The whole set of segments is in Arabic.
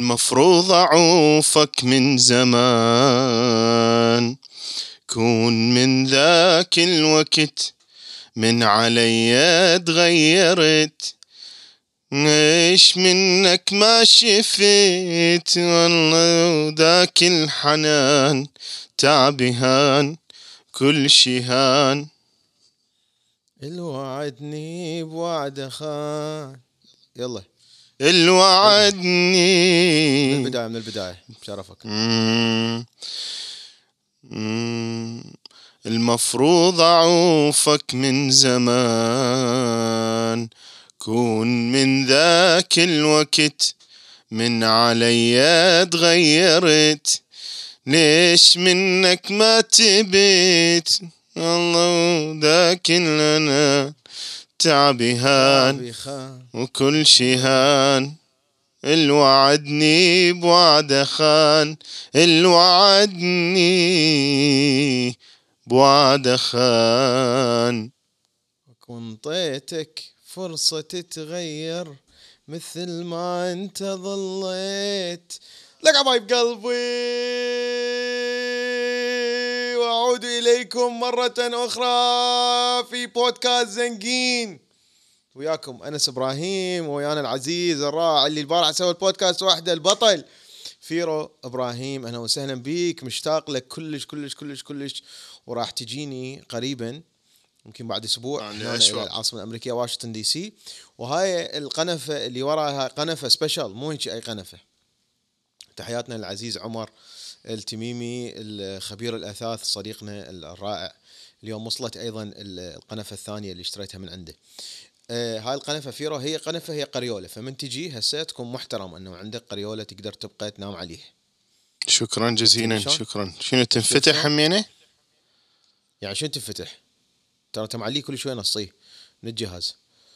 المفروض أعوفك من زمان، كون من ذاك الوقت من علي تغيرت، ايش منك ما شفيت والله ذاك الحنان تعبهان كل شي هان. الوعدني بوعد خان. يلا الوعدني من البداية بشرفك. المفروض أعوفك من زمان، كون من ذاك الوقت من علي تغيرت، ليش منك ما تبيت الله ذاك لنا تعبهان وكل شي هان. الوعدني بوعد خان، الوعدني بوعد خان. وانطيتك فرصة تتغير مثل ما انت ظليت لك حبايب قلبي، واعود اليكم مرة اخرى في بودكاست زنقين. وياكم انس ابراهيم، ويانا العزيز الراعي اللي البارح سوى البودكاست واحدة، البطل فيرو ابراهيم. اهلا وسهلا بيك، مشتاق لك كلش كلش كلش كلش، وراح تجيني قريبا يمكن بعد اسبوع هنا الى العاصمه الامريكيه واشنطن دي سي. وهاي القنفه اللي وراها قنفه سبيشال، مو هيك اي قنفه. تحياتنا للعزيز عمر التميمي الخبير الاثاث صديقنا الرائع. اليوم وصلت ايضا القنفه الثانيه اللي اشتريتها من عنده. هاي القنفه فيرو هي قنفه، هي قريوله، فمن تجي هسه تكون محترم انه عندك قريوله تقدر تبقى تنام عليه. شكرا جزيلا. شكرا. شنو تنفتح همينه؟ يعني شنو تنفتح؟ ترى انت معليه كل شوي نصيه من الجهاز.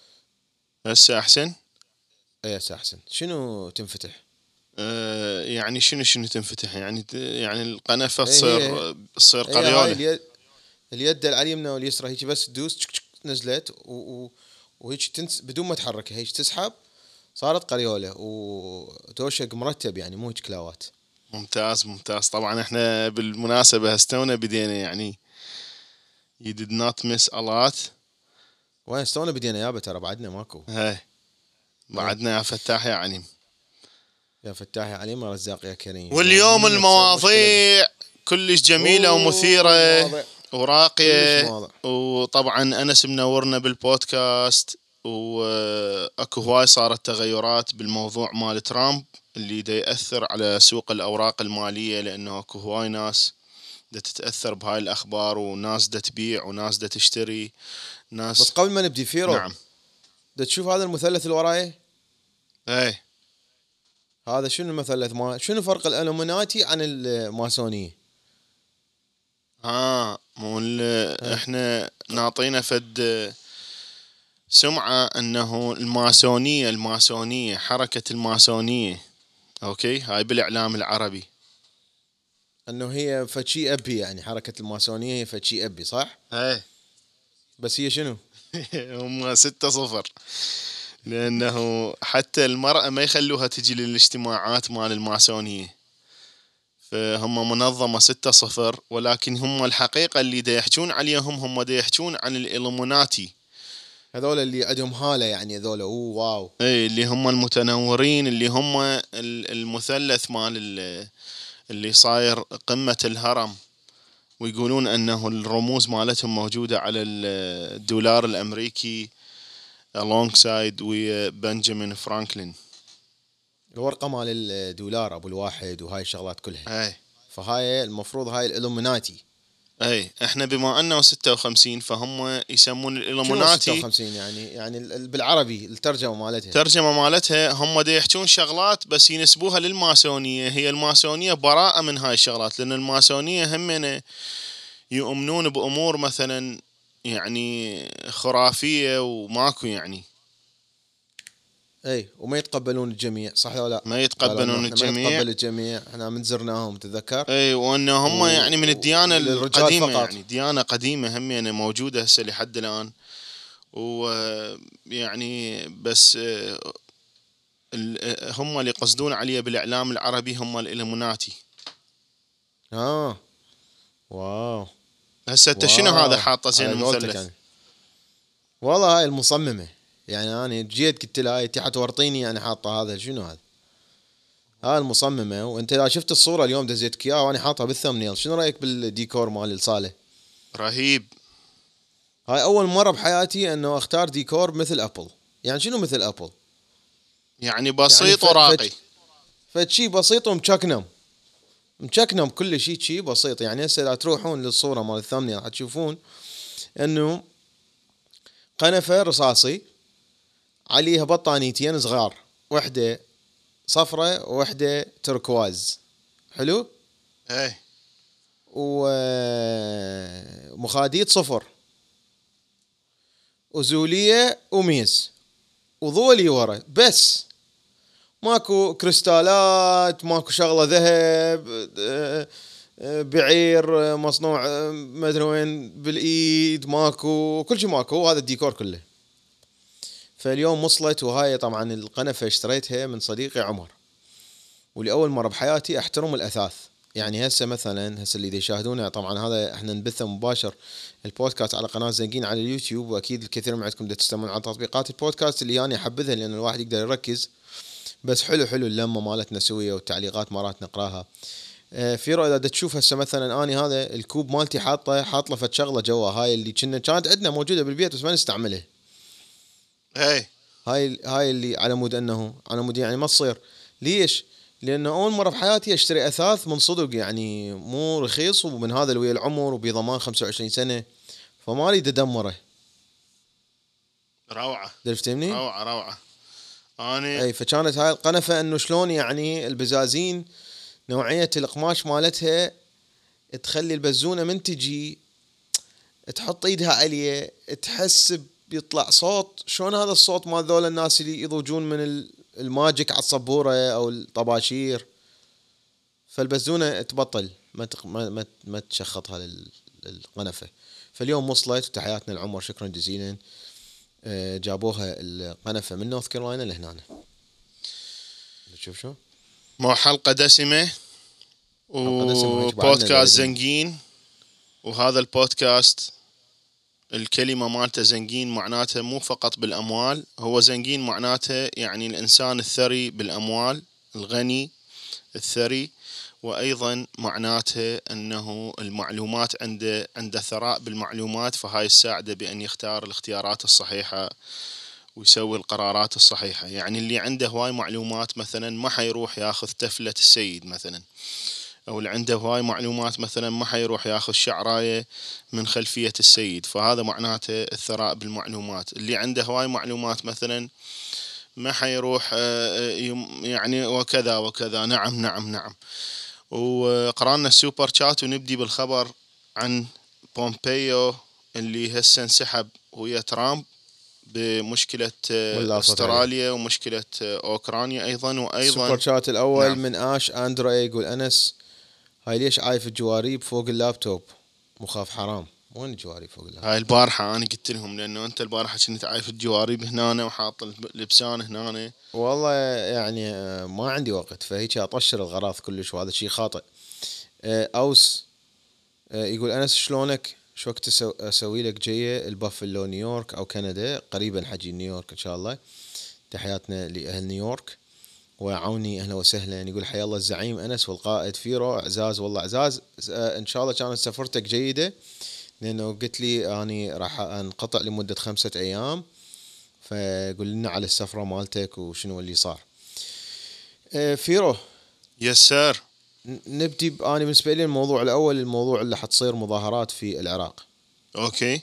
هسه احسن. اي هسه احسن. شنو تنفتح؟ يعني شنو تنفتح يعني القنفه تصير هي قريوله. هاي اليد اليمنى واليسرى هيك بس تدوس نزلت وهيك بدون ما تحركها هيك تسحب صارت قريوله وتوشق مرتب، يعني مو هيك كلاوات. ممتاز ممتاز. طبعا احنا بالمناسبة هستونا بدينا يعني you did not miss a lot. وين استونا بدينا يابا، ترى بعدنا ماكو. هاي بعدنا يا فتاح يا عليم. يا فتاح يا عليم يا رزاق يا كريم. واليوم المواضيع كلش جميلة ومثيرة وراقية، وطبعا أنس منورنا بالبودكاست، وأكو هواي صارت تغيرات بالموضوع مال ترامب اللي دا يأثر على سوق الأوراق المالية، لأنه أكو هواي ناس دا تتأثر بهاي الأخبار، وناس دا تبيع وناس دا تشتري ناس. بس قبل ما نبدي فيرو، نعم. دا تشوف هذا المثلث اللي وراي؟ ايه هذا شنو المثلث؟ ما شنو فرق الالومناتي عن الماسونية؟ مو احنا ناطينا فد سمعة انه الماسونية حركة الماسونية، اوكي، هاي بالاعلام العربي انه هي فشي ابي، يعني حركة الماسونية هي فشي ابي، صح؟ ايه بس هي شنو؟ هم 6-0، لانه حتى المرأة ما يخلوها تجي للاجتماعات مال الماسونية، فهم منظمة 6-0. ولكن هم الحقيقة اللي دا يحجون عليهم، هم دا يحجون عن الإلومناتي، هذول اللي عندهم هالة، يعني هذول واو، اي اللي هم المتنورين، اللي هم المثلث مال اللي صاير قمة الهرم، ويقولون انه الرموز مالتهم موجودة على الدولار الامريكي alongside ويا بنجامين فرانكلين، الورقة مال الدولار ابو الواحد وهاي الشغلات كلها. اي فهاي المفروض هاي الالومناتي. اي احنا بما انه 56 فهم يسمون الالومناتي. 56 يعني بالعربي الترجمة مالتها هم دا يحجون شغلات بس ينسبوها للماسونية. هي الماسونية براءة من هاي الشغلات، لأن الماسونية هم يؤمنون بأمور مثلا يعني خرافية وماكو يعني. اي وما يتقبلون الجميع، صح ولا لا؟ ما يتقبلون الجميع. ما نتقبل الجميع، احنا من زرناهم تتذكر. اي وانه هم يعني من الديانة القديمة فقط. يعني ديانة قديمة هم يعني موجودة هسه لحد الآن. ويعني بس هم اللي يقصدون عليه بالإعلام العربي هم الإليموناتي. واو. هسه انت شنو هذا حاطه زين المثلث؟ يعني. والله هاي المصممة، يعني أنا جيت قلت لها انت حتورطيني يعني حاطة هذا شنو هذا؟ هاي المصممة، وانت لا شفت الصورة اليوم دزيتك اياها وانا حاطها بالثمنيل، شنو رأيك بالديكور مال الصالة؟ رهيب. هاي أول مرة بحياتي انه اختار ديكور مثل أبل. يعني شنو مثل أبل؟ يعني بسيط يعني وراقي. فشي بسيط مشكنم كل شيء بسيط. يعني هسه لا تروحون للصورة مال الثمنيل حتشوفون انه قنفة رصاصي عليها بطانيتين صغار، وحدة صفرة ووحدة تركواز. حلو. ايه. ومخاديد صفر وزولية وميز وضولي ورا بس، ماكو كريستالات، ماكو شغلة ذهب، بعير مصنوع ما ادري وين بالايد، ماكو كل شيء ماكو. هذا الديكور كله. فاليوم وصلت، وهاي طبعا القنفة اشتريتها من صديقي عمر، ولأول مرة بحياتي احترم الأثاث. يعني هسه مثلا اللي يشاهدونا، طبعا هذا احنا نبثه مباشر البودكاست على قناة زنقين على اليوتيوب، واكيد الكثير من عندكم تستمعون على تطبيقات البودكاست اللي يعني احبذها لان الواحد يقدر يركز. بس حلو اللمة مالتنا سوية، والتعليقات مرات نقراها. فيرو اذا تشوف هسه مثلا اني هذا الكوب مالتي حاط له فد شغله جوا، هاي اللي كانت عندنا موجوده بالبيت بس ما نستعملها. هاي اللي على مود يعني ما تصير. ليش؟ لانه اول مره بحياتي اشتري اثاث من صدق، يعني مو رخيص، ومن هذا الويا العمر وبضمان 25 سنه، فما اريد ادمره. روعه. درفتني؟ روعه. اي فكانت هاي القنفه انه شلون يعني البزازين نوعيه القماش مالتها تخلي البزونه من تجي تحط ايدها عليه تحس بيطلع صوت. شلون هذا الصوت مال ذول الناس اللي يضوجون من الماجيك على الصبورة او الطباشير. فالبزونة تبطل ما تشخطها للقنفة. فاليوم وصلت، وتحياتنا العمر، شكرا جزيلا. جابوها القنفة من نورث كارولاينا لهنا. شوف شو مو حلقة دسمة وبودكاست زنقين. وهذا البودكاست الكلمة مالته زنقين معناتها مو فقط بالأموال، هو زنقين معناته يعني الإنسان الثري بالأموال، الغني الثري، وأيضا معناته أنه المعلومات عنده ثراء بالمعلومات، فهاي الساعدة بأن يختار الاختيارات الصحيحة ويسوي القرارات الصحيحة. يعني اللي عنده هواي معلومات مثلا ما حيروح ياخذ تفلة السيد مثلا، أو اللي عنده هواي معلومات مثلا ما حيروح ياخذ شعراية من خلفية السيد، فهذا معناته الثراء بالمعلومات. اللي عنده هواي معلومات مثلا ما حيروح يعني وكذا. نعم. وقرأنا السوبر شات، ونبدي بالخبر عن بومبيو اللي هسه انسحب ويا ترامب بمشكلة استراليا ومشكلة أوكرانيا أيضا. السوبر شات الأول من آش أندرو يقول أنس، هاي ليش عايف الجواريب فوق اللابتوب؟ مخاف حرام. وين الجواريب فوق اللابتوب؟ هاي البارحة أنا قلت لهم، لأنه أنت البارحة كنت عايف الجواريب هنا وحاط اللبسان هنا. والله يعني ما عندي وقت، فهيك أطشر الغراض كلش، وهذا شيء خاطئ. أوس يقول أنس شلونك؟ شو وقت أسوي لك جاية البافلو نيويورك أو كندا؟ قريبا حجي نيويورك إن شاء الله. تحياتنا لأهل نيويورك وعوني، أهلا وسهلا. يقول حيا الله الزعيم أنس والقائد فيرو. إعزاز، والله إعزاز. إن شاء الله كانت سفرتك جيدة، لأنه قلت لي أني راح أنقطع لمدة 5 أيام، فقول لنا على السفرة مالتك وشنو اللي صار. فيرو. يس سير. نبدي أنا بالنسبة لي الموضوع الأول، الموضوع اللي حتصير مظاهرات في العراق. أوكي.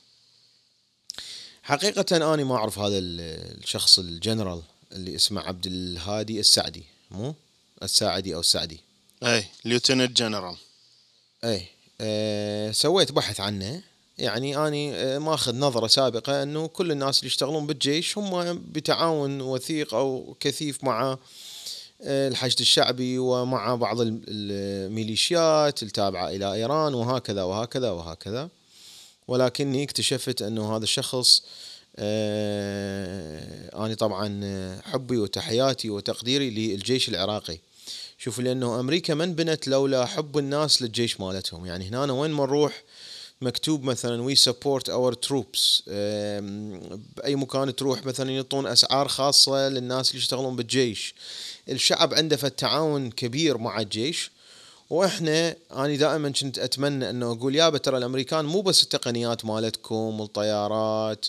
حقيقة أنا ما أعرف هذا الشخص الجنرال اللي اسمه عبد الهادي السعدي، مو الساعدي أو السعدي. أي ليوتننت جنرال. أي سويت بحث عنه. يعني أنا ماخذ نظرة سابقة أنه كل الناس اللي يشتغلون بالجيش هم بتعاون وثيق أو كثيف مع الحشد الشعبي ومع بعض الميليشيات التابعة إلى إيران وهكذا. ولكني اكتشفت أنه هذا الشخص أنا طبعا حبي وتحياتي وتقديري للجيش العراقي. شوفوا لأنه أمريكا ما انبنت لولا حب الناس للجيش مالتهم. يعني هنا وين ما نروح مكتوب مثلا we support our troops. بأي مكان تروح مثلا يعطون أسعار خاصة للناس اللي يشتغلون بالجيش. الشعب عنده تعاون كبير مع الجيش. واحنا انا دائما كنت اتمنى انه اقول يابا ترى الامريكان مو بس التقنيات مالتكم والطيارات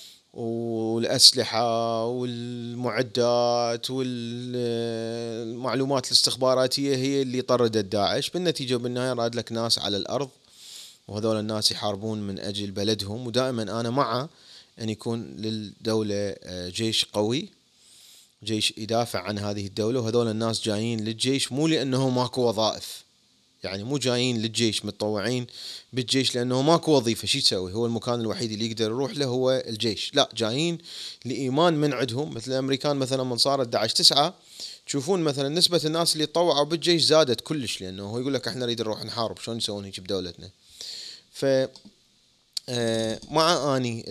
والاسلحه والمعدات والمعلومات الاستخباراتيه هي اللي طردت داعش. بالنتيجه بالنهايه راد لك ناس على الارض، وهذول الناس يحاربون من اجل بلدهم. ودائما انا مع ان يكون للدوله جيش قوي، جيش يدافع عن هذه الدولة. وهذول الناس جايين للجيش مو لأنه ماكو وظائف، يعني مو جايين للجيش متطوعين بالجيش لأنه ماكو وظيفة شي تسوي، هو المكان الوحيد اللي يقدر يروح له هو الجيش. لا، جايين لإيمان من عندهم. مثل الأمريكان مثلا من صارت 11/9 تشوفون مثلا نسبة الناس اللي تطوعوا بالجيش زادت كلش، لأنه هو يقول لك احنا نريد نروح نحارب، شلون يسوون هيك بدولتنا. ف مع اني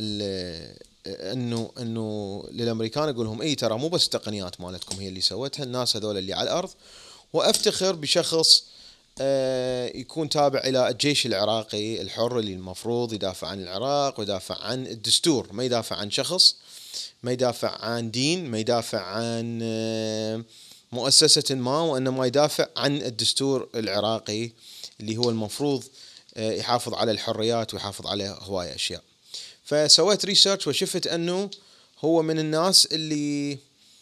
انه للامريكان اقول لهم اي ترى مو بس التقنيات مالتكم هي اللي سوتها، الناس هذول اللي على الارض. وافتخر بشخص يكون تابع الى الجيش العراقي الحر اللي المفروض يدافع عن العراق ويدافع عن الدستور، ما يدافع عن شخص، ما يدافع عن دين، ما يدافع عن مؤسسة ما، وانما يدافع عن الدستور العراقي اللي هو المفروض يحافظ على الحريات ويحافظ على هواية أشياء. فسويت ريسيرش وشفت أنه هو من الناس اللي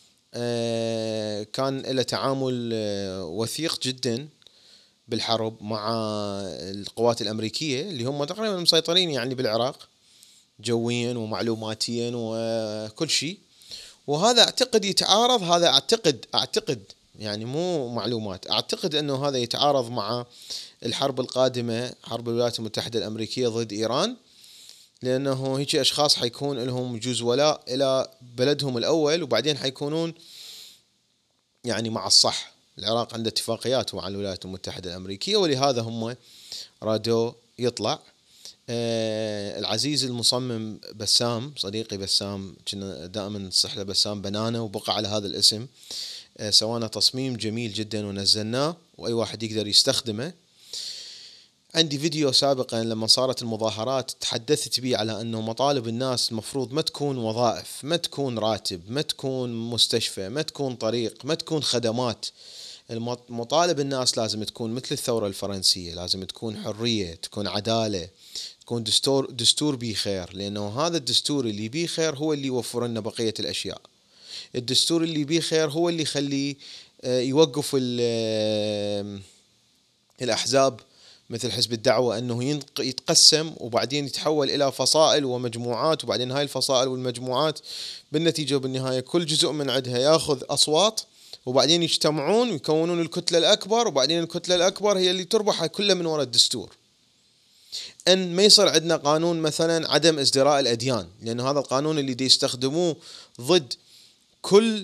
كان له تعامل وثيق جدا بالحرب مع القوات الأمريكية اللي هم تقريبا مسيطرين يعني بالعراق جويا ومعلوماتيا وكل شيء. وهذا أعتقد يتعارض، هذا أعتقد يعني مو معلومات، أعتقد أنه هذا يتعارض مع الحرب القادمة، حرب الولايات المتحدة الأمريكية ضد إيران، لأنه هيك أشخاص حيكون لهم جزء ولاء إلى بلدهم الأول، وبعدين حيكونون يعني مع الصح. العراق عنده اتفاقيات مع الولايات المتحدة الأمريكية، ولهذا هم رادوا يطلع. العزيز المصمم بسام، صديقي بسام، كنا دائما نصح له بسام بنانة وبقى على هذا الاسم، سوانا تصميم جميل جدا ونزلناه وأي واحد يقدر يستخدمه. عندي فيديو سابقا لما صارت المظاهرات تحدثت بيه على أنه مطالب الناس المفروض ما تكون وظائف، ما تكون راتب، ما تكون مستشفى، ما تكون طريق، ما تكون خدمات. مطالب الناس لازم تكون مثل الثورة الفرنسية، لازم تكون حرية، تكون عدالة، تكون دستور بيه خير. لأنه هذا الدستور اللي بيه خير هو اللي يوفر لنا بقية الأشياء. الدستور اللي بيه خير هو اللي يخلي يوقف الأحزاب مثل حزب الدعوة أنه يتقسم وبعدين يتحول إلى فصائل ومجموعات، وبعدين هاي الفصائل والمجموعات بالنتيجة بالنهاية كل جزء من عندها ياخذ أصوات، وبعدين يجتمعون ويكونون الكتلة الأكبر، وبعدين الكتلة الأكبر هي اللي تربح كلها من وراء الدستور. أن ما يصير عندنا قانون مثلا عدم ازدراء الأديان، لأن هذا القانون اللي دي يستخدموه ضد كل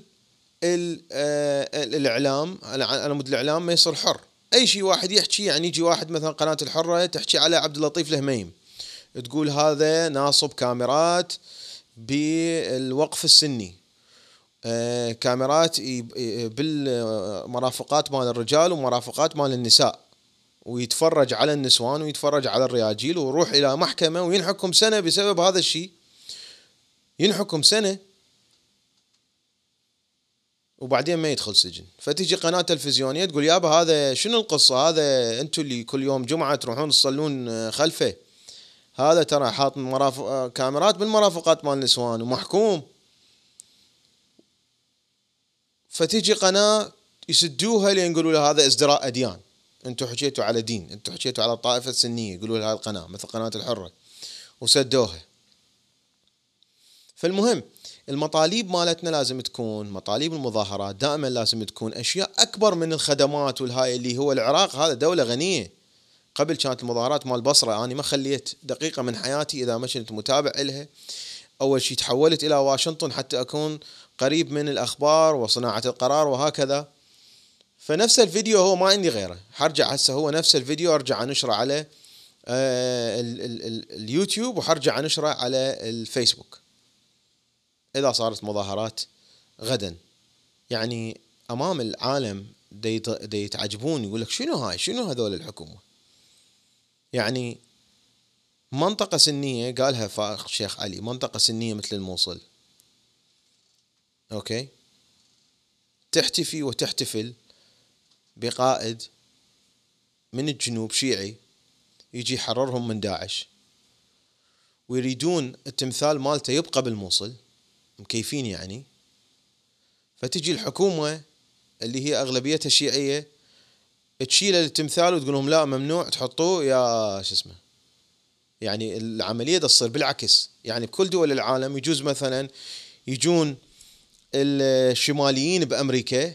الإعلام، على مود الإعلام ما يصير حر. أي شيء واحد يحكي، يعني يجي واحد مثلا قناة الحرة تحكي على عبد اللطيف الهميم تقول هذا ناصب كاميرات بالوقف السني، كاميرات بالمرافقات مال الرجال ومرافقات مال النساء، ويتفرج على النسوان ويتفرج على الرجال، ويروح إلى محكمة وينحكم سنة بسبب هذا الشيء، ينحكم سنة وبعدين ما يدخل سجن. فتيجي قناة تلفزيونية تقول يابا هذا شنو القصة، هذا انتوا اللي كل يوم جمعة تروحون تصلون خلفه، هذا ترى حاط كاميرات بالمرافقات مال النسوان ومحكوم. فتيجي قناة يسدوها لين يقولوا له هذا ازدراء أديان، انتوا حكيتوا على دين، انتوا حكيتوا على الطائفة السنية، يقولوا لها القناة مثل قناة الحرة وسدوها. فالمهم المطالب مالتنا لازم تكون مطالب المظاهرات دائما لازم تكون أشياء أكبر من الخدمات والهاي اللي هو العراق هذا دولة غنية. قبل كانت المظاهرات مال بصرة أنا ما خليت دقيقة من حياتي إذا ما كنت متابع إلها. أول شيء تحولت إلى واشنطن حتى أكون قريب من الأخبار وصناعة القرار وهكذا. فنفس الفيديو هو ما عندي غيره، حرجع هسه هو نفس الفيديو أرجع أنشره على اليوتيوب وحرجع أنشره على الفيسبوك. إذا صارت مظاهرات غدا يعني أمام العالم دي يتعجبون، يقول لك شنو هاي، شنو هذول الحكومة. يعني منطقة سنية قالها فائق الشيخ علي، منطقة سنية مثل الموصل، أوكي، تحتفي وتحتفل بقائد من الجنوب شيعي يجي يحررهم من داعش، ويريدون التمثال مالته يبقى بالموصل، مكيفين يعني. فتجي الحكومة اللي هي أغلبيتها شيعية تشيل التمثال وتقول لهم لا ممنوع تحطوه يا شو اسمه. يعني العملية تصير بالعكس. يعني بكل دول العالم يجوز مثلا يجون الشماليين بأمريكا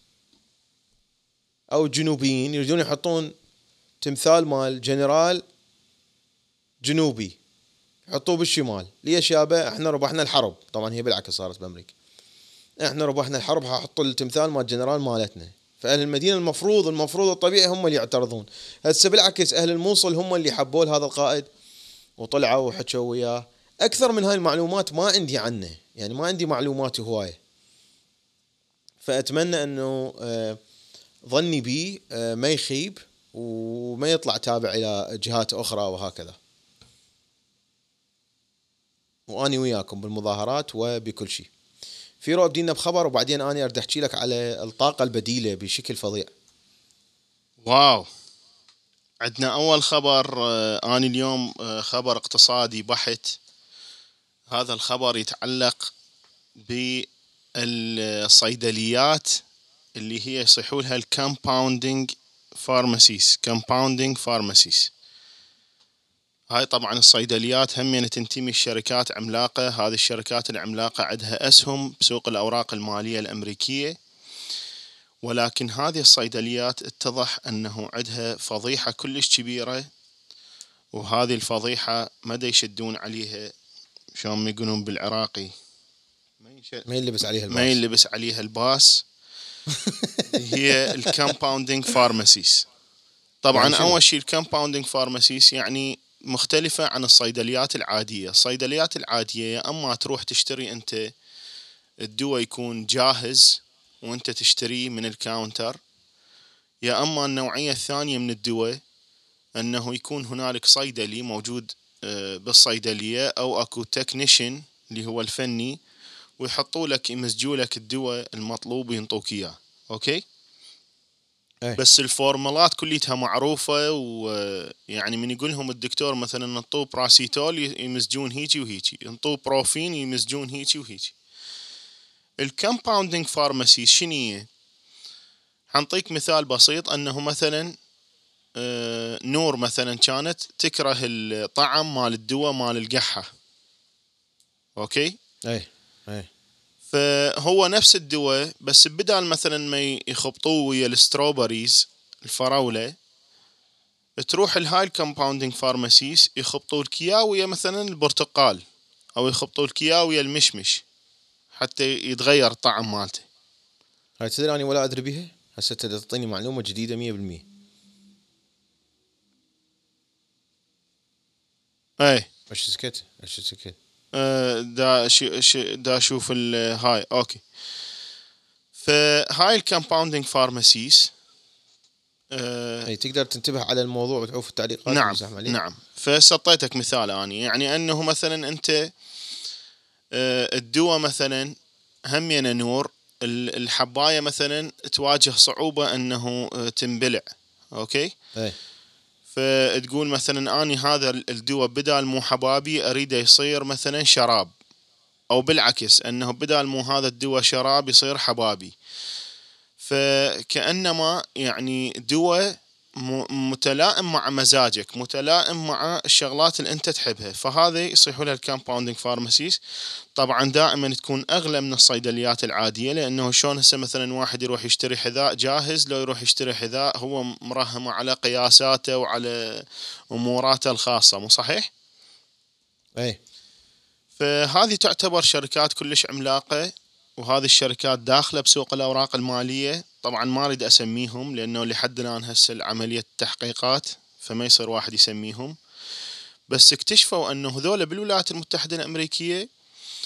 أو الجنوبيين يريدون يحطون تمثال مال جنرال جنوبي يحطوه بالشمال. ليش يابا؟ احنا ربحنا الحرب. طبعا هي بالعكس صارت بأمريكا، احنا ربحنا الحرب هحطوا التمثال مال جنرال مالتنا. فأهل المدينة المفروض الطبيعي هم اللي يعترضون. هسه بالعكس أهل الموصل هم اللي حبوا هذا القائد وطلعوا وحكوا وياه. أكثر من هاي المعلومات ما عندي عنه، يعني ما عندي معلومات هواية. فأتمنى أنه ظني بي ما يخيب وما يطلع تابع إلى جهات أخرى وهكذا. وأني وياكم بالمظاهرات وبكل شيء. فيرو بدينا بخبر وبعدين أنا أريد أحكي لك على الطاقة البديلة بشكل فظيع. واو، عندنا أول خبر. أنا اليوم خبر اقتصادي بحت. هذا الخبر يتعلق بالصيدليات اللي هي يصيحوا لها الكامباوندينج فارماسيس. هاي طبعا الصيدليات هم تنتمي الشركات عملاقة. هذه الشركات العملاقة عندها أسهم بسوق الأوراق المالية الأمريكية، ولكن هذه الصيدليات اتضح أنه عندها فضيحة كلش كبيرة. وهذه الفضيحة مدى يشدون عليها شلون ما يقولون بالعراقي ما يلبس عليها الباس. هي الكامباوندينج فارماسيس. طبعا يعني أول شيء الكامباوندينج فارماسيس يعني مختلفة عن الصيدليات العادية. الصيدليات العادية يا أما تروح تشتري أنت الدواء يكون جاهز وأنت تشتريه من الكاونتر، يا أما النوعية الثانية من الدواء أنه يكون هنالك صيدلي موجود بالصيدلية أو أكو تكنيشن اللي هو الفني، ويحطوا لك يمزجوا لك الدواء المطلوب وينطوك إياه. أوكي. بس الفورمولات كلها معروفة، ويعني من يقولهم الدكتور مثلا نطوه براسيتول يمزجون هيجي وهيجي، ينطوه بروفين يمزجون هيجي وهيجي. الكامباوندينج فارماسي شنية؟ حنطيك مثال بسيط. أنه مثلا نور مثلا كانت تكره الطعم مال الدواء مال القحة، أوكي؟ أي. فهو نفس الدواء، بس بدال مثلا ما يخبطوه ويا الستروبريز الفراولة، تروح لهاي الكامباوندينج فارماسيس يخبطوا لك اياه ويا مثلا البرتقال، او يخبطوا لك اياه ويا المشمش حتى يتغير الطعم مالته. هاي تدري أنا ولا أدري بيها. هسه تعطيني معلومة جديدة 100%. اي ايش سكت دا اشوف هاي. اوكي. فهاي الكامباوندينج فارماسيس اي تقدر تنتبه على الموضوع وتعوف التعليقات. نعم. فسطيتك مثال اني يعني انه مثلا انت الدواء مثلا همينا نور الحباية مثلا تواجه صعوبة انه تنبلع. اوكي. فتقول مثلا اني هذا الدواء بدال مو حبابي اريده يصير مثلا شراب، او بالعكس انه بدال مو هذا الدواء شراب يصير حبابي. فكأنما يعني دواء متلائم مع مزاجك، متلائم مع الشغلات اللي انت تحبها. فهذا يصيحوا لها الكامباوندينج فارماسيس. طبعا دائما تكون اغلى من الصيدليات العاديه، لانه شلون هسه مثلا واحد يروح يشتري حذاء جاهز، لو يروح يشتري حذاء هو مرهم على قياساته وعلى اموراته الخاصه، مو صحيح؟ اي. فهذه تعتبر شركات كلش عملاقه، وهذه الشركات داخله بسوق الاوراق الماليه. طبعا ما اريد اسميهم لانه لحد الان هسه عمليه التحقيقات فما يصير واحد يسميهم. بس اكتشفوا انه هذول بالولايات المتحده الامريكيه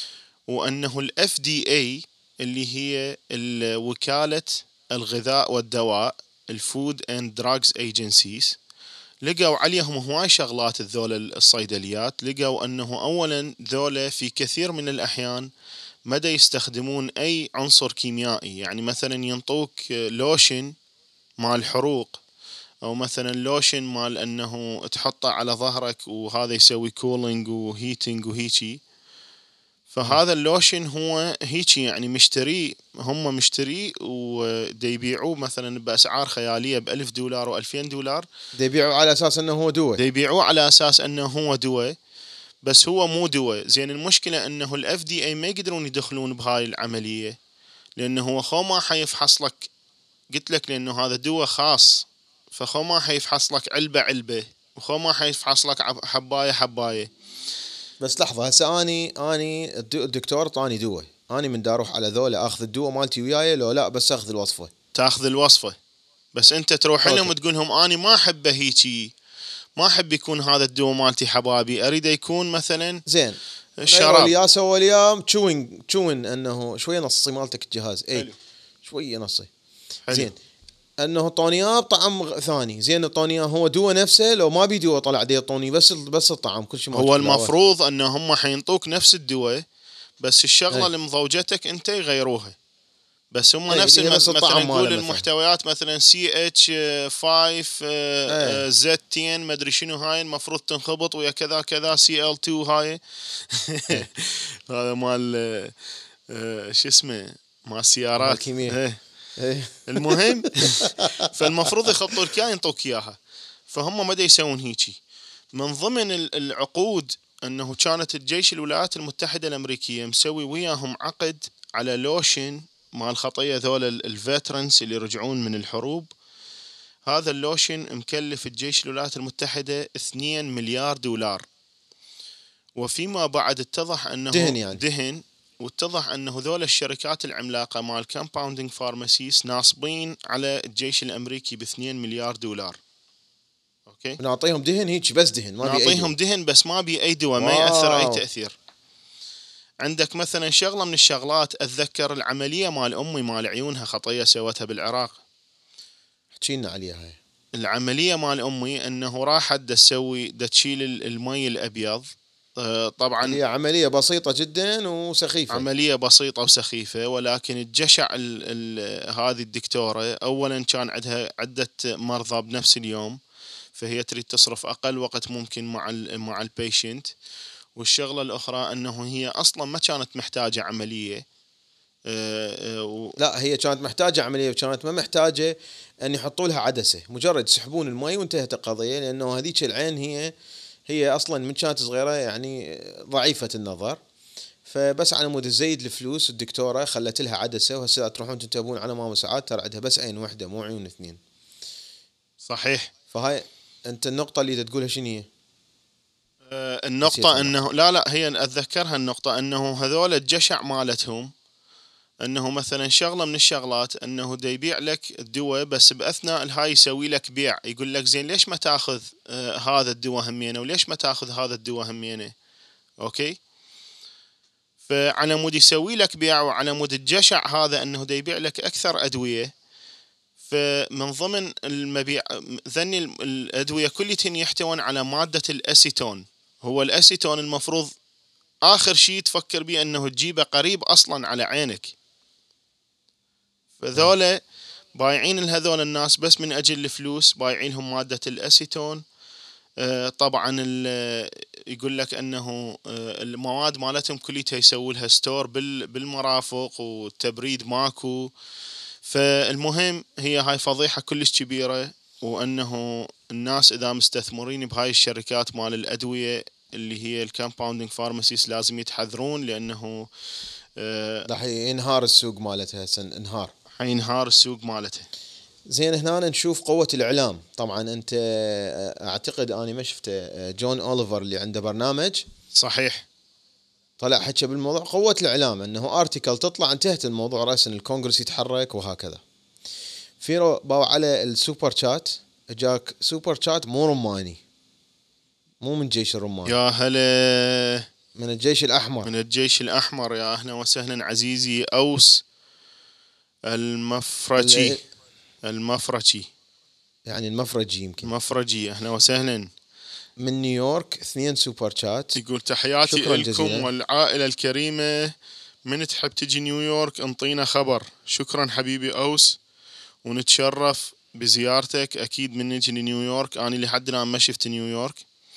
وأنه ال FDA اللي هي وكالة الغذاء والدواء الفود اند دراجز ايجنسيز لقوا عليهم هواي شغلات الذول الصيدليات. لقوا أنه أولا ذولا في كثير من الأحيان مدى يستخدمون أي عنصر كيميائي، يعني مثلا ينطوك لوشن مال حروق، أو مثلا لوشن مال أنه تحطه على ظهرك وهذا يسوي كولينج وهيتنج وهيجي. فهذا اللوشن هو هيجي يعني هم مشتري ودي يبيعوه مثلا بأسعار خيالية $1000 و$2000. دي يبيعوا على أساس أنه هو دواء، دي يبيعوه على أساس أنه هو دواء، بس هو مو دواء. زين المشكلة أنه ال FDA ما يقدرون يدخلون بهاي العملية، لأنه هو خو ما حيفحص لك، قلت لك لأنه هذا دواء خاص، فخو ما حيفحص لك علبة وخو ما حيفحص لك حباية. بس لحظة، هسه أني الدكتور طاني دواء، أني من دا أروح على ذولا أخذ الدواء مالتي وياي لو لا بس أخذ الوصفة؟ تاخذ الوصفة، بس أنت تروح لهم وتقول لهم أني ما أحبه هيجي، ما أحب يكون هذا الدواء مالتي حبابي، أريد يكون مثلا زين الشراب. يا سوى اليوم تشوين أنه شوية نصي مالتك الجهاز حلو. شوية نصي حلو. زين انه طونياه بطعم ثاني. زين الطونياه هو دواء نفسه لو ما بيدواء طلع دي طوني بس الطعم كل شيء. هو المفروض انه هم حينطوك نفس الدواء، بس الشغله اللي مضوجتك انت يغيروها، بس هم نفس مثلا نقول المحتويات مثلا CH5 Z10 ما ادري شنو، هاي المفروض تنخبط ويا كذا كذا CL2 هاي هذا مال شو اسمه مال السيارات. المهم فالمفروض يخطوا لك ينطوك اياها، فهم ما يسوون هيجي. من ضمن العقود انه كانت الجيش الولايات المتحدة الامريكية مسوي وياهم عقد على لوشن مال خطية ذول الفيترنز اللي يرجعون من الحروب. هذا اللوشن مكلف الجيش الولايات المتحدة $2 مليار، وفيما بعد اتضح انه دهن واتضح انه ذول الشركات العملاقة مال كامباوندينج فارماسيس ناصبين على الجيش الامريكي $2 مليار. اوكي، نعطيهم دهن هيك بس دهن، ما نعطيهم دهن بس ما بي اي دواء، ما يأثر اي تأثير. عندك مثلا شغلة من الشغلات، اتذكر العملية مال امي مال عيونها خطية سوتها بالعراق، حكينا عليها هاي العملية مال امي انه راحت تسوي تشيل المي الابيض. طبعا هي عملية بسيطة جدا وسخيفة، عملية بسيطة وسخيفة، ولكن الجشع هذه الدكتورة اولا كان عندها عدة مرضى بنفس اليوم، فهي تريد تصرف أقل وقت ممكن مع البيشنت. والشغلة الأخرى أنه هي أصلا ما كانت محتاجة عملية. لا هي كانت محتاجة عملية، وكانت ما محتاجة أن يحطوا لها عدسة، مجرد يسحبون المي وانتهت القضية، لأنه هذيك العين هي أصلا من كانت صغيرة يعني ضعيفة النظر، فبس على مود تزيد الفلوس الدكتورة خلت لها عدسة. وهسه تروحون تنتبهون على ماما سعاد ترى عندها بس عين واحدة مو عيون اثنين. صحيح. فهاي أنت النقطة اللي تقولها شنو هي؟ النقطة أنه لا هي أتذكرها النقطة أنه هذول الجشع مالتهم أنه مثلا شغلة من الشغلات أنه دا يبيع لك الدواء، بس بأثناء الهاي يسوي لك بيع، يقول لك زين ليش ما تأخذ هذا الدواء همينه وليش ما تأخذ هذا الدواء همينه. أوكي، فعلى مود يسوي لك بيع، وعلى مود الجشع هذا أنه دا يبيع لك أكثر أدوية. فمن ضمن المبيع ذني الأدوية كلتهن يحتوون على مادة الأسيتون. هو الأسيتون المفروض آخر شيء تفكر بيه أنه تجيبه قريب أصلا على عينك. فذولا بايعين لهذول الناس بس من أجل الفلوس، بايعينهم مادة الأسيتون. طبعا يقول لك أنه المواد مالتهم كلها يسووا لها ستور بالمرافق، والتبريد ماكو. فالمهم هي هاي فضيحة كلش كبيرة، وأنه الناس إذا مستثمرين بهاي الشركات مال الأدوية اللي هي الكامباوندينج فارماسيس لازم يتحذرون، لأنه راح ينهار السوق مالتها، حينهار السوق مالتها. زين هنا نشوف قوة الإعلام. طبعا أنت أعتقد أنا ما شفته جون أوليفر اللي عنده برنامج، صحيح، طلع حكى بالموضوع قوة الإعلام، أنه آرتيكل تطلع انتهت الموضوع رأسا، الكونغرس يتحرك وهكذا. في باو على السوبر شات، جاك سوبر شات مو رماني، مو من جيش الرمان. يا هلا من الجيش الأحمر. من الجيش الأحمر. يا أهلا وسهلا عزيزي أوس المفرجي. يعني المفرجي يمكن. مفرجي، أهلا وسهلا. من نيويورك 2 سوبر شات. يقول تحياتي لكم والعائلة الكريمة، من تحب تجي نيويورك انطينا خبر. شكرا حبيبي أوس، ونتشرف بزيارتك. أكيد من نجي لنيويورك، أنا لحد الآن ما شفت نيويورك،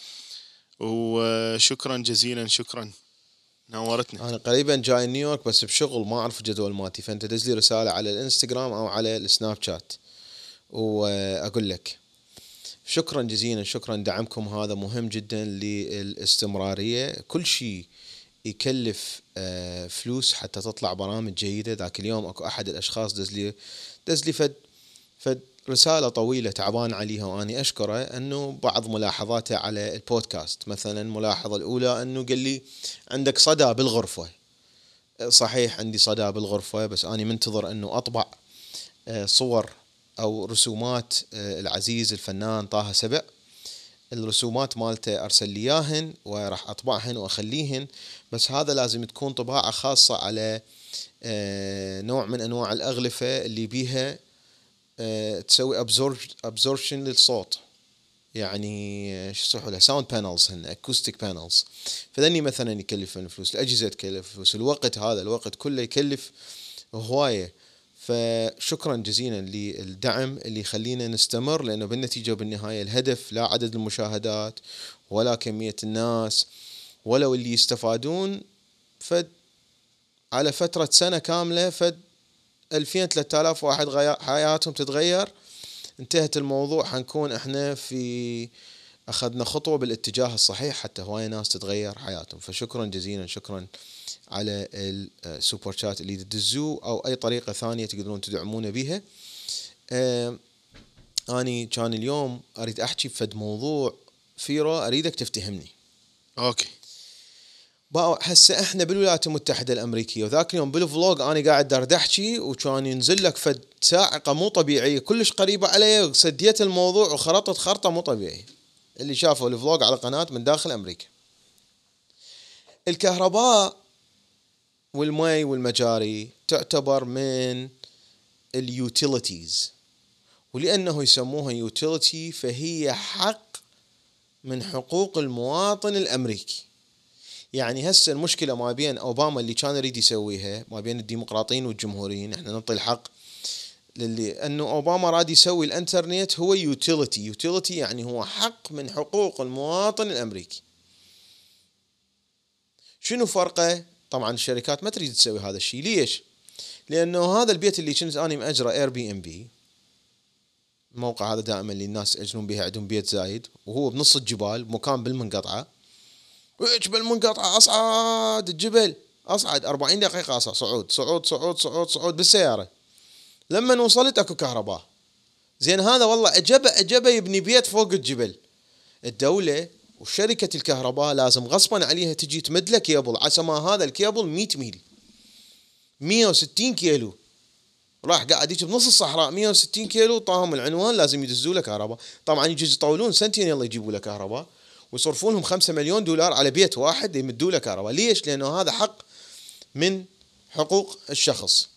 وشكرا جزيلا. شكرا، نورتنا. أنا قريبا جاي نيويورك بس بشغل، ما أعرف جدول مالتي، فأنت دز لي رسالة على الانستغرام أو على السناب شات وأقول لك. شكرا جزيلا، شكرا. دعمكم هذا مهم جدا للاستمرارية. كل شيء يكلف فلوس حتى تطلع برامج جيدة. ذاك اليوم اكو احد الاشخاص دز لي فد رسالة طويلة تعبان عليها، واني اشكره انه بعض ملاحظاته على البودكاست. مثلا الملاحظة الاولى انه قال لي عندك صدى بالغرفة. صحيح عندي صدى بالغرفة، بس اني منتظر انه اطبع صور او رسومات العزيز الفنان طه سبع. الرسومات مالته أرسل لي إياهن وراح أطبعهن وأخليهن، بس هذا لازم تكون طباعة خاصة على نوع من أنواع الأغلفة اللي بيها تسوي absorption للصوت، يعني شو يصيحوا لها sound panels، هن acoustic panels. فذني مثلا يكلفن فلوس، الأجهزة تكلف فلوس، الوقت هذا الوقت كله يكلف هواية. فشكرا جزيلا للدعم اللي يخلينا نستمر، لأنه بالنتيجة بالنهاية الهدف لا عدد المشاهدات ولا كمية الناس ولا اللي يستفادون. فد على فترة سنة كاملة فد 2000-3000 واحد حياتهم تتغير، انتهت الموضوع. حنكون احنا أخذنا خطوة بالاتجاه الصحيح حتى هواي ناس تتغير حياتهم. فشكرا جزيلا، شكرا على السوبر شات اللي تدزوه أو أي طريقة ثانية تقدرون تدعمونا بها. أني كان اليوم أريد أحكي بفد موضوع فيرو، أريدك تفتهمني. أوكي. هسه إحنا بالولايات المتحدة الأمريكية، وذاك اليوم بالفلوج أنا قاعد دارد أحكي وكان ينزل لك فد ساعقة مو طبيعية كلش قريبة علي، وسديت الموضوع وخرطت خرطة مو طبيعية. اللي شافوا الفلوج على قناة من داخل أمريكا، الكهرباء والماء والمجاري تعتبر من اليوتيليتيز، ولأنه يسموها يوتيليتي فهي حق من حقوق المواطن الأمريكي. يعني هسه المشكلة ما بين أوباما اللي كان يريد يسويها، ما بين الديمقراطيين والجمهوريين، احنا نعطي الحق أنه أوباما راد يسوي الانترنت هو يوتيليتي يعني هو حق من حقوق المواطن الأمريكي. شنو فرقه؟ طبعا الشركات ما تريد تسوي هذا الشيء. ليش؟ لأنه هذا البيت اللي كنت أنا مأجره Airbnb، الموقع هذا دائما اللي الناس يأجرون بها عندهم بيت زايد، وهو بنص الجبال، مكان بالمنقطعة. جبل منقطعة، أصعد الجبل، أصعد 40 دقيقة صعود صعود صعود صعود صعود بالسيارة. لما وصلت أكو كهرباء. زين هذا والله أجبه يبني بيت فوق الجبل. الدولة وشركة الكهرباء لازم غصبا عليها تجي تمدله كيبل، عسى ما هذا الكيبل 100 ميل 160 كيلو راح قاعد يجي بنص الصحراء 160 كيلو، طاهم العنوان لازم يدزوا له كهرباء. طبعا يجي يطولون سنتين يلا يجيبوا له كهرباء، ويصرفون لهم 5 مليون دولار على بيت واحد يمدوا له كهرباء. ليش؟ لأنه هذا حق من حقوق الشخص.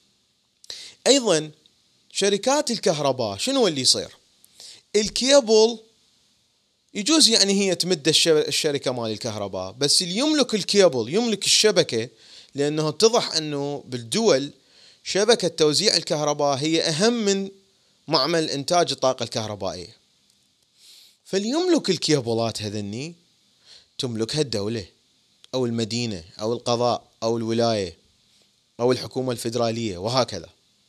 أيضا شركات الكهرباء شنو اللي يصير؟ الكيبل يجوز يعني هي تمد الشركة مال الكهرباء، بس اللي يملك الكيبل يملك الشبكة، لأنه اتضح أنه بالدول شبكة توزيع الكهرباء هي أهم من معمل إنتاج الطاقة الكهربائية. فاللي يملك الكيبلات هذني تملكها الدولة أو المدينة أو القضاء أو الولاية أو الحكومة الفيدرالية وهكذا.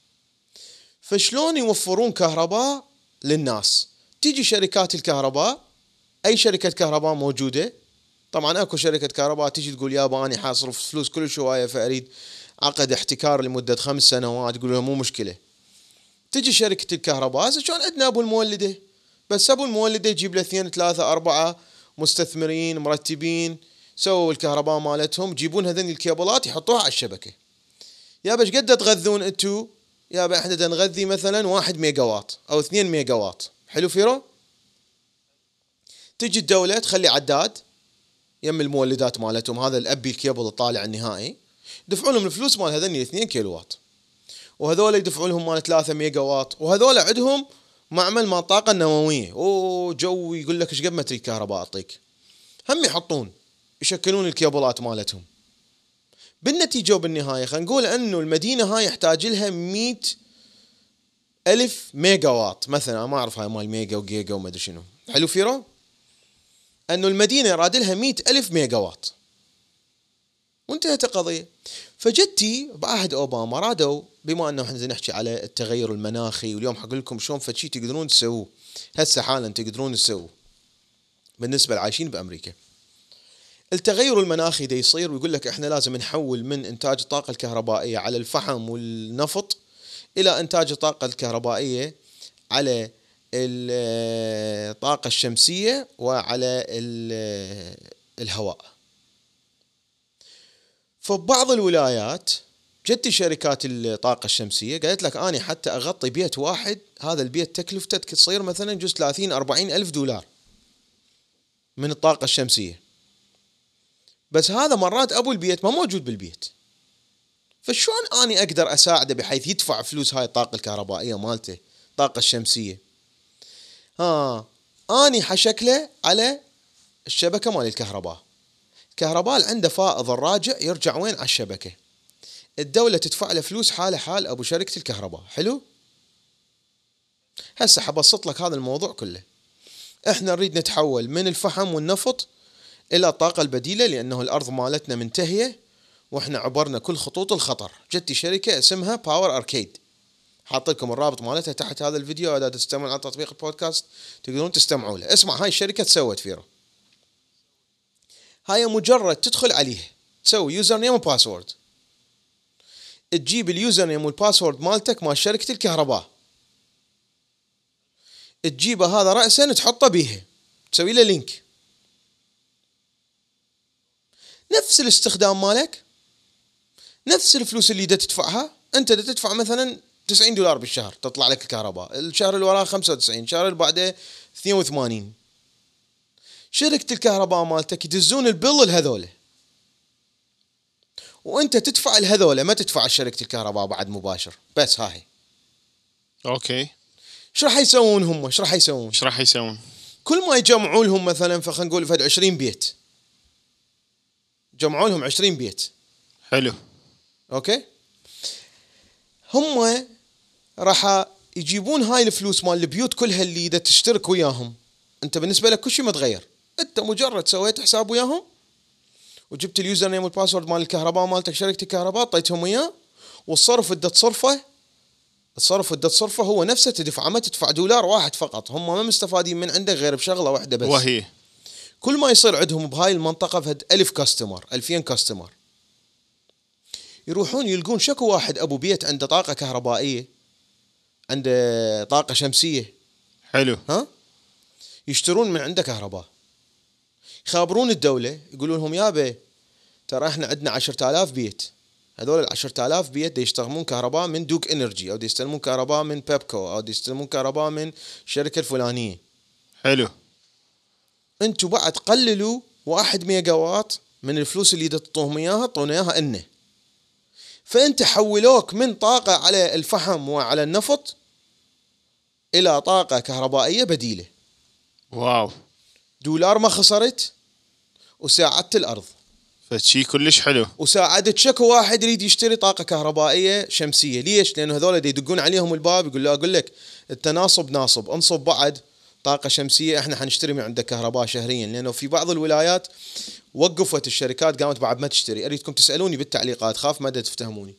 فشلون يوفرون كهرباء للناس؟ تيجي شركات الكهرباء، أي شركة كهرباء موجودة، طبعا أكو شركة كهرباء تيجي تقول يابا أنا حاصرف فلوس كل شوية فأريد عقد احتكار لمدة 5 سنوات، تقول لهم مو مشكلة. تجي شركة الكهرباء شلون عندنا أبو المولدة، بس أبو المولدة يجيب له 2 3 4 مستثمرين مرتبين سووا الكهرباء مالتهم، يجيبون هذين الكيبلات يحطوها على الشبكة. يابا ايش قد تغذون انتو؟ يابا احنا نغذي مثلا 1 ميجا واط أو 2 ميجا واط. حلو فيرو؟ تجي الدولة تخلي عداد يم المولدات مالتهم، هذا الابي الكيبل الطالع النهائي، يدفعون لهم الفلوس مال هذول 2 كيلو واط، وهذول يدفعون لهم مال 3 ميجا واط، وهذول عندهم معمل مال طاقة النووية، جو يقول لك ايش قد ما تريد كهرباء اعطيك، هم يحطون يشكلون الكيبلات مالتهم. بالنتيجة وبالنهاية خلينا نقول انه المدينة هاي يحتاج لها 100,000 ميجا واط مثلا، ما اعرف هاي مال ميجا وجيجا وما ادري شنو. حلو فيرو انه المدينة يراد لها 100,000 ميجا واط وانتهت القضية. فجتي بعهد اوباما رادوا، بما انه احنا نحكي على التغير المناخي، واليوم حقول لكم شلون فشي تقدرون تسووه هسه حالا، تقدرون تسووه بالنسبة للعايشين بامريكا. التغير المناخي ده يصير ويقول لك احنا لازم نحول من انتاج الطاقة الكهربائية على الفحم والنفط الى انتاج الطاقة الكهربائية على الطاقة الشمسية وعلى الهواء. فبعض الولايات جت شركات الطاقة الشمسية قالت لك أنا حتى أغطي بيت واحد، هذا البيت تكلفته تصير مثلا جزء 30-40 ألف دولار من الطاقة الشمسية، بس هذا مرات أبو البيت ما موجود بالبيت، فشون أنا أقدر أساعده بحيث يدفع فلوس هاي الطاقة الكهربائية مالته الطاقة الشمسية؟ أنا حشكله على الشبكة مال الكهرباء. الكهرباء عنده فائض الراجع يرجع وين؟ على الشبكة. الدولة تدفع له فلوس حاله حال أبو شركة الكهرباء. حلو؟ هسه حبسط لك هذا الموضوع كله. احنا نريد نتحول من الفحم والنفط إلى الطاقة البديلة، لأنه الأرض مالتنا منتهية وإحنا عبرنا كل خطوط الخطر. جتي شركة اسمها باور أركيد، حاط لكم الرابط مالتها تحت هذا الفيديو، إذا تستمعون على تطبيق البودكاست تقدرون تستمعوا له. اسمع، هاي الشركة تسوت فيرو، هاي مجرد تدخل عليه تسوي يوزر نيم وباسورد، تجيب اليوزر نيم والباسورد مالتك مال شركة الكهرباء، تجيبه هذا رأسا تحطه بيها، تسوي له لينك، نفس الاستخدام مالك، نفس الفلوس اللي دا تدفعها. انت دا تدفع مثلا 90 دولار بالشهر تطلع لك الكهرباء، الشهر اللي وراه 95، الشهر اللي بعده 82. شركة الكهرباء مالتك يدزون البل الهذوله وانت تدفع الهذوله، ما تدفع شركة الكهرباء بعد مباشر. بس هاي اوكي. ايش راح يسوون هم؟ ايش راح يسوون؟ كل ما يجمعوا لهم مثلا فخلينا نقول فد 20 بيت، جمعوا لهم 20 بيت. حلو. اوكي. هم راح يجيبون هاي الفلوس مال البيوت كلها اللي دا تشترك وياهم. انت بالنسبه لك كل شيء متغير، انت مجرد سويت حساب وياهم وجبت اليوزر نيم والباسورد مال الكهرباء مالتك شركة الكهرباء، طيتهم اياه، والصرف اللي تصرفه هو نفسه تدفع، ما تدفع دولار واحد فقط. هم ما مستفادين من عندك غير بشغله واحده بس، وهي كل ما يصير عندهم بهاي المنطقه فهد 1000 كاستمر 2000 كاستمر، يروحون يلقون شكو واحد ابو بيت عنده طاقه كهربائيه، عنده طاقه شمسيه. حلو. يشترون من عنده كهرباء، يخابرون الدوله يقولون لهم يابا ترى احنا عندنا 10,000 بيت، هذول 10,000 بيت دي يستخدمون كهرباء من دوك انرجي، او دي يستلمون كهرباء من بيبكو، او دي يستلمون كهرباء من الشركه الفلانيه. حلو. انتوا بعد قللوا 1 ميجا واط من الفلوس اللي تعطوهم اياها، اعطونا اياها انه، فانت حولوك من طاقه على الفحم وعلى النفط الى طاقه كهربائيه بديله. واو. دولار ما خسرت، وساعدت الارض، فشي كلش حلو. وساعدت شكو واحد يريد يشتري طاقة كهربائية شمسية. ليش؟ لأنه هذول دي يدقون عليهم الباب يقول له أقول لك التناصب ناصب، انصب بعد طاقة شمسية، احنا حنشتري من عندك كهرباء شهريا. لأنه في بعض الولايات وقفت الشركات قامت بعد ما تشتري. أريدكم تسألوني بالتعليقات، خاف ما تفتهموني.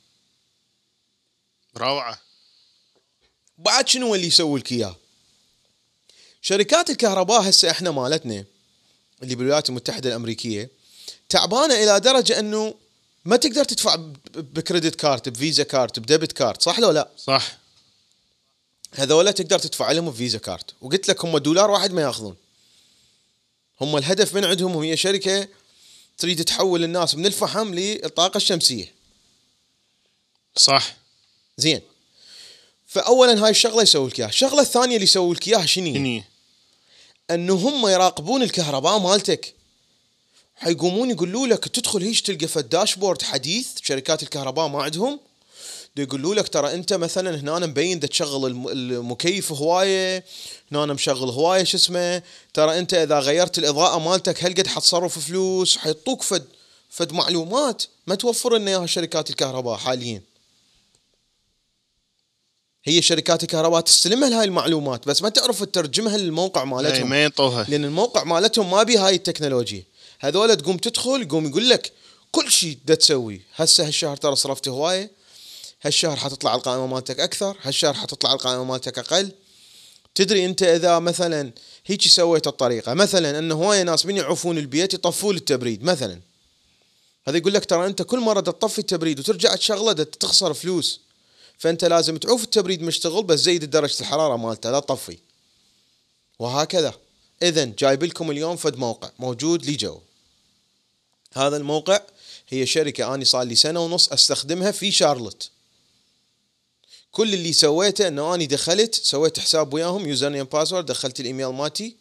روعة. بعد شنو اللي يسوي لك إياه؟ شركات الكهرباء هسه احنا مالتنا اللي بالولايات المتحدة الأمريكية تعبانة إلى درجة أنه ما تقدر تدفع بكريدت كارت، بفيزا كارت، بديبت كارت، صح لو لا؟ صح. هذولا تقدر تدفع لهم بفيزا كارت، وقلت لك هم دولار واحد ما ياخذون. هم الهدف من عندهم، هي شركة تريد تحول الناس من الفحم للطاقة الشمسية. صح. زين. فأولا هاي الشغلة يسوي لك إياها. الشغلة الثانية اللي يسوي لك إياها شنو؟ أنه هم يراقبون الكهرباء مالتك، حيقومون يقولوا لك تدخل هيش تلقى في الداشبورد حديث شركات الكهرباء ما عندهم، يقولوا لك ترى انت مثلا هنا أنا مبين دا تشغل المكيف هوايه، هنا أنا مشغل هوايه شو اسمه، ترى انت اذا غيرت الاضاءه مالتك هل قد حتصرف فلوس، حيطوك فد معلومات ما توفر لنا اياها شركات الكهرباء حاليا. هي شركات الكهرباء تستلمها هاي المعلومات بس ما تعرف تترجمها للموقع مالتهم، ما ينطوها، لان الموقع مالتهم ما بي هاي التكنولوجيا. هذول تقوم تدخل يقوم يقول لك كل شيء دا تسوي، هسه هالشهر ترى صرفت هوايه، هالشهر حتطلع القائمة مالتك أكثر، هالشهر حتطلع القائمة مالتك أقل. تدري أنت إذا مثلا هيك سويت الطريقة مثلا أنه هواية ناس من يعوفون البيت يطفون التبريد مثلا، هذا يقول لك ترى أنت كل مرة تطفي التبريد وترجع تشغله تخسر فلوس، فأنت لازم تعوف التبريد مشتغل بس زيد درجة الحرارة مالته لا تطفي، وهكذا. إذن جايب لكم اليوم فد موقع موجود لي جو. هذا الموقع هي شركة أنا صار لي 1.5 سنة أستخدمها في شارلوت. كل اللي سويته انه اني دخلت سويت حساب وياهم يوزر نيم باسورد، دخلت الايميل مالتي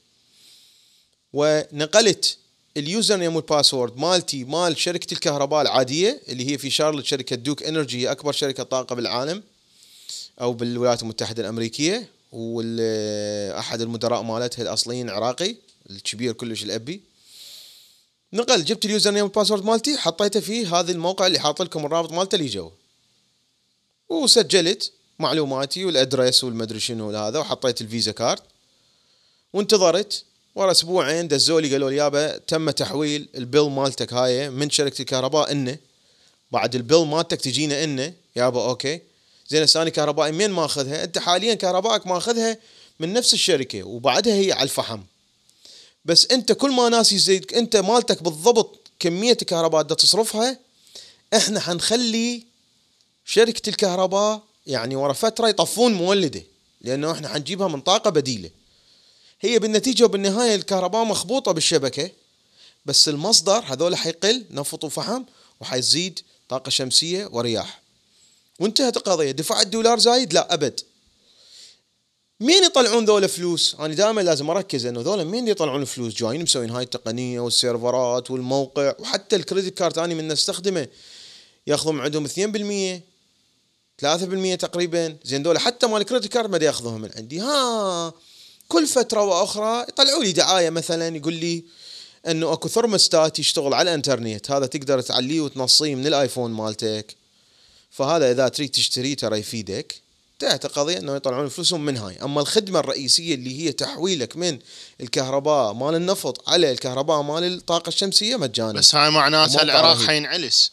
ونقلت اليوزر نيم والباسورد مالتي مال شركة الكهرباء العادية اللي هي في شارلوت، شركة دوك انرجي هي اكبر شركة طاقة بالعالم او بالولايات المتحدة الامريكية، واحد المدراء مالتها الاصليين عراقي الكبير كلش الابي. جبت اليوزر نيم والباسورد مالتي حطيته في هذا الموقع اللي حاط لكم الرابط مالته اللي جو، وسجلت معلوماتي والادرس والمدري شنو هذا، وحطيت الفيزا كارد وانتظرت. ورا اسبوعين دزولي قالوا لي يابا تم تحويل البيل مالتك هاي من شركة الكهرباء انه بعد البيل مالتك تجينا انه يابا اوكي زين. ثاني كهربائي مين ماخذها؟ انت حاليا كهربائك ماخذها من نفس الشركة وبعدها هي على الفحم، بس انت كل ما ناس يزيد انت مالتك بالضبط كمية الكهرباء دا تصرفها، احنا حنخلي شركة الكهرباء يعني ورا فترة يطفون مولده لأنه إحنا حنجيبها من طاقة بديلة. هي بالنتيجة وبالنهاية الكهرباء مخبوطة بالشبكة بس المصدر هذول حيقل نفط وفحم وحيزيد طاقة شمسية ورياح، وانتهت القضية. دفعت دولار زايد؟ لا أبد. مين يطلعون ذولا فلوس؟ أنا دائما لازم أركز إنه ذولا مين يطلعون فلوس؟ جايين مسوين هاي التقنية والسيرفرات والموقع وحتى الكريدت كارد أنا من استخدمه ياخذون عندهم 2% 3% تقريبا. زين دول حتى مال كريدت كارد ما ياخذوهم من عندي. كل فترة واخرى يطلعوا لي دعاية مثلا يقول لي انه اكو ثرموستات يشتغل على الانترنت، هذا تقدر تعليه وتنصيه من الايفون مالتك، فهذا اذا تريد تشتريه ترى يفيدك. انتهت القضية انه يطلعون فلوسهم من هاي. اما الخدمة الرئيسية اللي هي تحويلك من الكهرباء مال النفط على الكهرباء مال الطاقة الشمسية مجانا. بس هاي معناتها العراق حينعلس.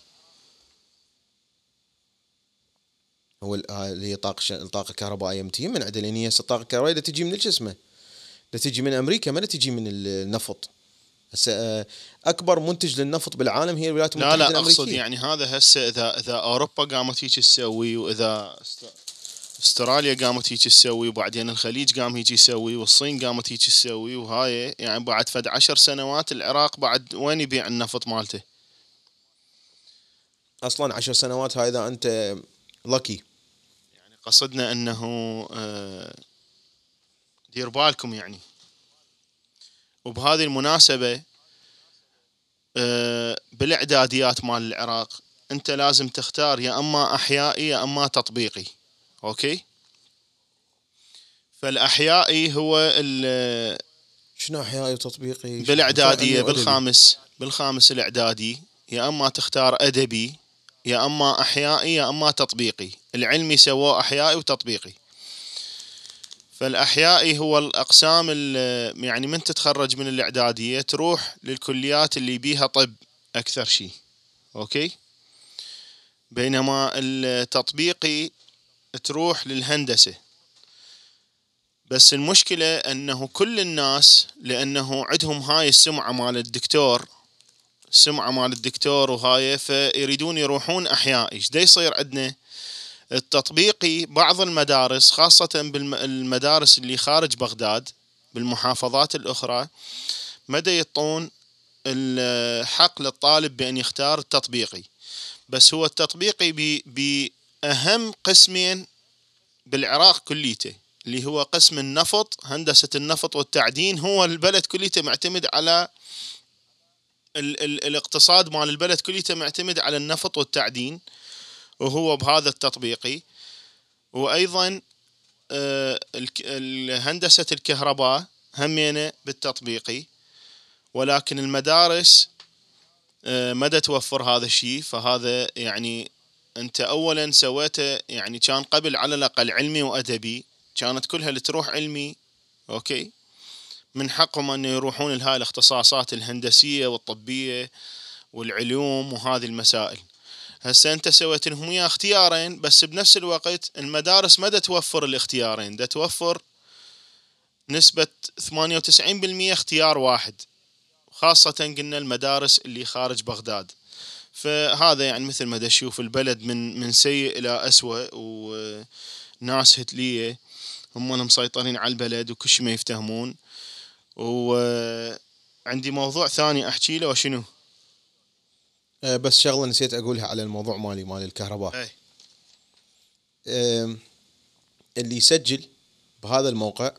هو اللي هي الطاقة الكهربائية متي من عندنا، لأن هي الطاقة الكهربائية تجي من شو اسمه، تجي من أمريكا ما تجي من النفط. هسه أكبر منتج للنفط بالعالم هي الولايات المتحدة الأمريكية. لا أقصد يعني هذا هسه إذا أوروبا قامت هيك تسوي، وإذا استراليا قامت هيك تسوي، وبعدين الخليج قام هيك يسوي، والصين قامت هيك تسوي، وهاي يعني بعد فد 10 سنوات العراق بعد وين يبيع النفط مالته؟ أصلا 10 سنوات هاي إذا أنت لكي. يعني قصدنا أنه دير بالكم يعني. وبهذه المناسبة بالإعداديات مال العراق أنت لازم تختار يا أما أحيائي يا أما تطبيقي. أوكي؟ فالأحيائي هو شنو أحيائي وتطبيقي؟ بالإعدادية بالخامس الإعدادي يا أما تختار أدبي يا أما أحيائي يا أما تطبيقي. العلمي سووه أحيائي وتطبيقي. فالأحيائي هو الأقسام يعني من تتخرج من الإعدادية تروح للكليات اللي بيها طب أكثر شيء. أوكي؟ بينما التطبيقي تروح للهندسة. بس المشكلة أنه كل الناس لأنه عندهم هاي السمعة مال الدكتور وهاي فيريدون يروحون أحيائي. إيش دا يصير عندنا؟ التطبيقي بعض المدارس خاصة بالمدارس اللي خارج بغداد بالمحافظات الأخرى مدى يطون الحق للطالب بأن يختار التطبيقي. بس هو التطبيقي بأهم قسمين بالعراق كليته اللي هو قسم النفط، هندسة النفط والتعدين. هو البلد كليته معتمد على الاقتصاد مال البلد كليته معتمد على النفط والتعدين، وهو بهذا التطبيقي. وأيضا هندسة الكهرباء همينة بالتطبيقي. ولكن المدارس ما توفر هذا الشيء. فهذا يعني أنت أولا سويته، يعني كان قبل على الأقل علمي وأدبي، كانت كلها اللي تروح علمي أوكي من حقهم أن يروحون لهاي الاختصاصات الهندسية والطبية والعلوم وهذه المسائل. هسه أنت سويت لهم إياه اختيارين، بس بنفس الوقت المدارس ما توفر الاختيارين، دا توفر نسبة 98% اختيار واحد، خاصة قلنا المدارس اللي خارج بغداد. فهذا يعني مثل ما تشوف البلد من سيء إلى أسوأ، وناس هتلية هم مسيطرين على البلد وكل شيء ما يفتهمون. وعندي موضوع ثاني أحكي له وشنو؟ بس شغلة نسيت أقولها على الموضوع مال الكهرباء. اللي يسجل بهذا الموقع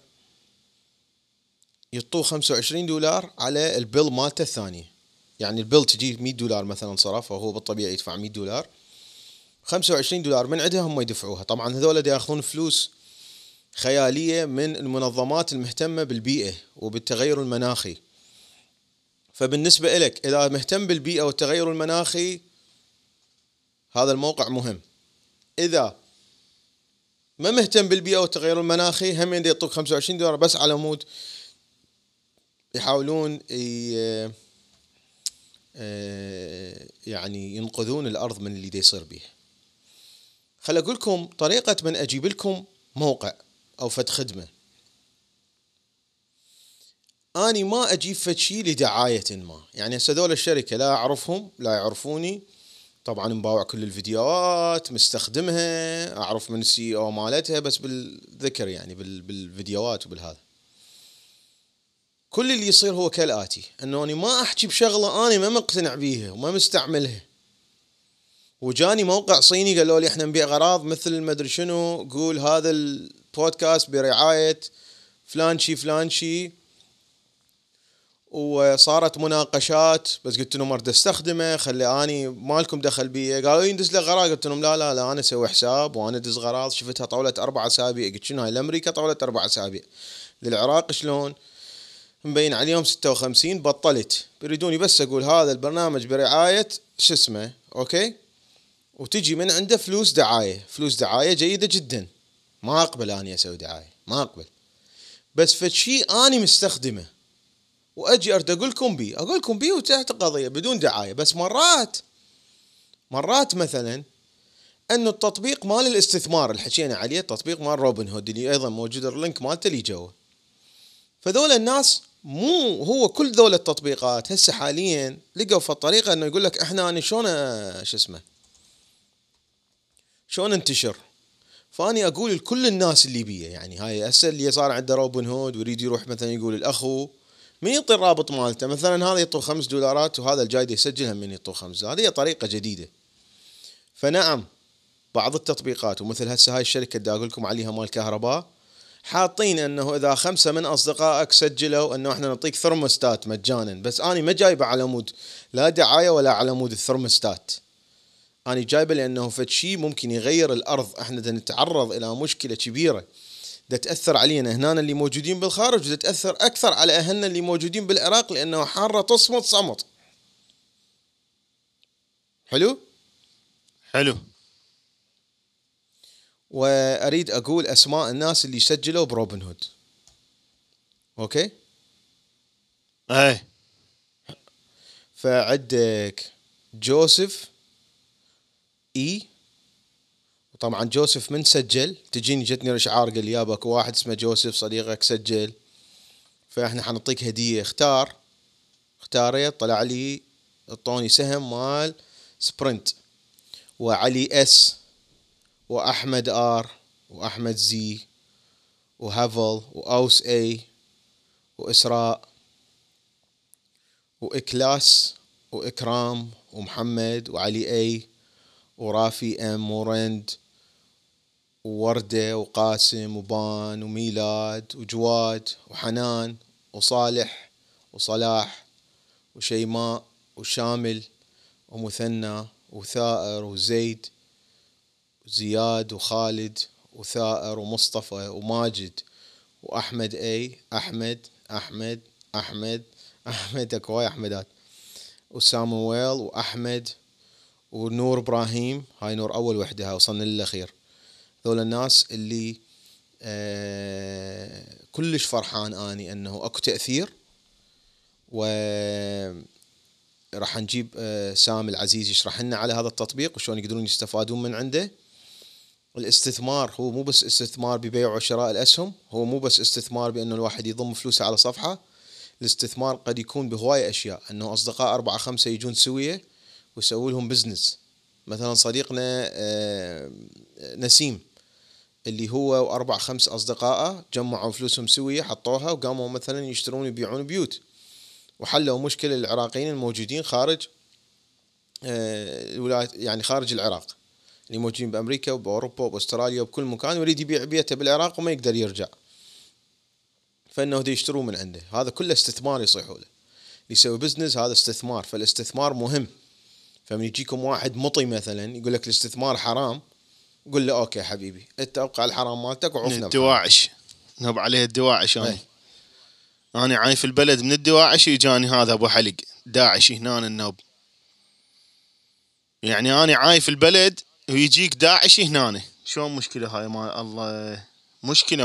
يعطوه $25 على البيل مالته الثانية. يعني البيل تجي $100 مثلا صرف، وهو بالطبيعي يدفع $100، $25 من عندها هم يدفعوها. طبعا هذول دا ياخذون فلوس خيالية من المنظمات المهتمة بالبيئة وبالتغير المناخي. فبالنسبة إلك إذا مهتم بالبيئة والتغير المناخي هذا الموقع مهم. إذا ما مهتم بالبيئة والتغير المناخي هم يعطوك $25 بس على مود يحاولون يعني ينقذون الأرض من اللي دا يصير بيه. خل أقول لكم طريقة من أجيب لكم موقع أو فد خدمة. أني ما أجيب فد شي لدعاية ما. يعني هسه ذول الشركة لا أعرفهم لا يعرفوني، طبعا مباوع كل الفيديوهات مستخدمها، أعرف من CEO مالتها بس بالذكر، يعني بالفيديوهات وبالهذا. كل اللي يصير هو كالآتي، أنه أنا ما أحكي بشغلة أنا ما مقتنع بيها وما مستعملها، وجاني موقع صيني قالوا لي إحنا نبيع أغراض مثل ما أدري شنو، قول هذا البودكاست برعاية فلان شي، وصارت مناقشات. بس قلت لهم أريد أستخدمه، خلي أني مالكم دخل بيه. قالوا يندز له غراض، قلت لهم لا أنا أسوي حساب وأنا أدز غراض. شفتها طولت 4 أسابيع. قلت شنو هاي لأمريكا طولت 4 أسابيع، للعراق شلون مبين عليهم 56. بطلت، بريدوني بس أقول هذا البرنامج برعاية شو اسمه أوكي، وتجي من عنده فلوس دعاية جيدة جدا. ما أقبل أني أسوي دعاية، ما أقبل. بس فشي أني مستخدمه وأجي أرد أقول لكم بيه وتحت قضية بدون دعاية. بس مرات مثلا أنه التطبيق مال الاستثمار اللي حكينا عليه، التطبيق مال روبن هود اللي أيضا موجود اللينك مالته اللي جوا، فذول الناس مو هو كل ذول التطبيقات هسه حاليا لقوا في الطريقة أنه يقول لك إحنا أنا شلون انتشر. فاني اقول لكل الناس اللي بيه، يعني هاي هسه اللي صار عنده روبن هود ويريد يروح مثلا يقول الاخو من يعطي الرابط مالته، مثلا هذا يعطوه $5 وهذا الجاي يسجلها من يعطوه $5. هذه طريقة جديدة. فنعم بعض التطبيقات ومثل هسه هاي الشركة اللي اقول لكم عليها مال كهرباء حاطين انه اذا 5 من اصدقائك سجلوا انه احنا نعطيك ثرموستات مجانا. بس اني ما جايبه على مود لا دعاية ولا على مود الثرموستات، أنا جايبه لأنه فد شيء ممكن يغير الأرض. إحنا نتعرض إلى مشكلة كبيرة دا تأثر علينا هنا اللي موجودين بالخارج، ودا تأثر أكثر على أهلنا اللي موجودين بالعراق، لأنه حارة تصمت صمت. حلو. وأريد أقول أسماء الناس اللي سجلوا بروبن هود. أوكي. فعندك جوزيف وطبعا جوزيف من سجل جتني إشعار قال لي يابك واحد اسمه جوزيف صديقك سجل، فاحنا حنعطيك هدية. اختاريت طلع لي اعطوني سهم مال سبرنت، وعلي اس واحمد ار واحمد زي وهافل واوس اي واسراء واكلاس واكرام ومحمد وعلي اي ورافي ام ورند ووردة وقاسم وبان وميلاد وجواد وحنان وصالح وصلاح وشيماء وشامل ومثنى وثائر وزيد وزياد وخالد وثائر ومصطفى وماجد وأحمد أحمد اكو هواي أحمدات وسامويل وأحمد ونور إبراهيم. هاي نور أول وحدة، هاي وصلنا للأخير. ذول الناس اللي كلش فرحان أني أنه أكو تأثير، و راح نجيب سام العزيز يشرح لنا على هذا التطبيق وشلون يقدرون يستفادون من عنده. الاستثمار هو مو بس استثمار ببيع وشراء الأسهم، هو مو بس استثمار بأنه الواحد يضم فلوسه على صفحة. الاستثمار قد يكون بهواية أشياء، أنه أصدقاء 4-5 يجون سوية ويسوي لهم بزنس. مثلا صديقنا نسيم اللي هو و4-5 أصدقائه جمعوا فلوسهم سوية حطوها وقاموا مثلا يشترون ويبيعون بيوت، وحلوا مشكلة العراقيين الموجودين خارج الولايات، يعني خارج العراق، اللي موجودين بأمريكا وبأوروبا وبأستراليا وبكل مكان، يريد يبيع بيته بالعراق وما يقدر يرجع، فإنه دي يشترون من عنده. هذا كله استثمار يصيحوا له. يسوي بزنس هذا استثمار، فالاستثمار مهم. فمن يجيكم واحد مطي مثلا يقول لك الاستثمار حرام، قل له أوكي حبيبي أنت أبقى على الحرام مالتك وعوفنا الدواعش نهب عليه الدواعش. أنا عايف البلد من الدواعش، يجاني هذا أبو حلق داعش هنا النوب. يعني أنا عايف البلد ويجيك داعش هنا، شلون مشكلة هاي؟ ما الله مشكلة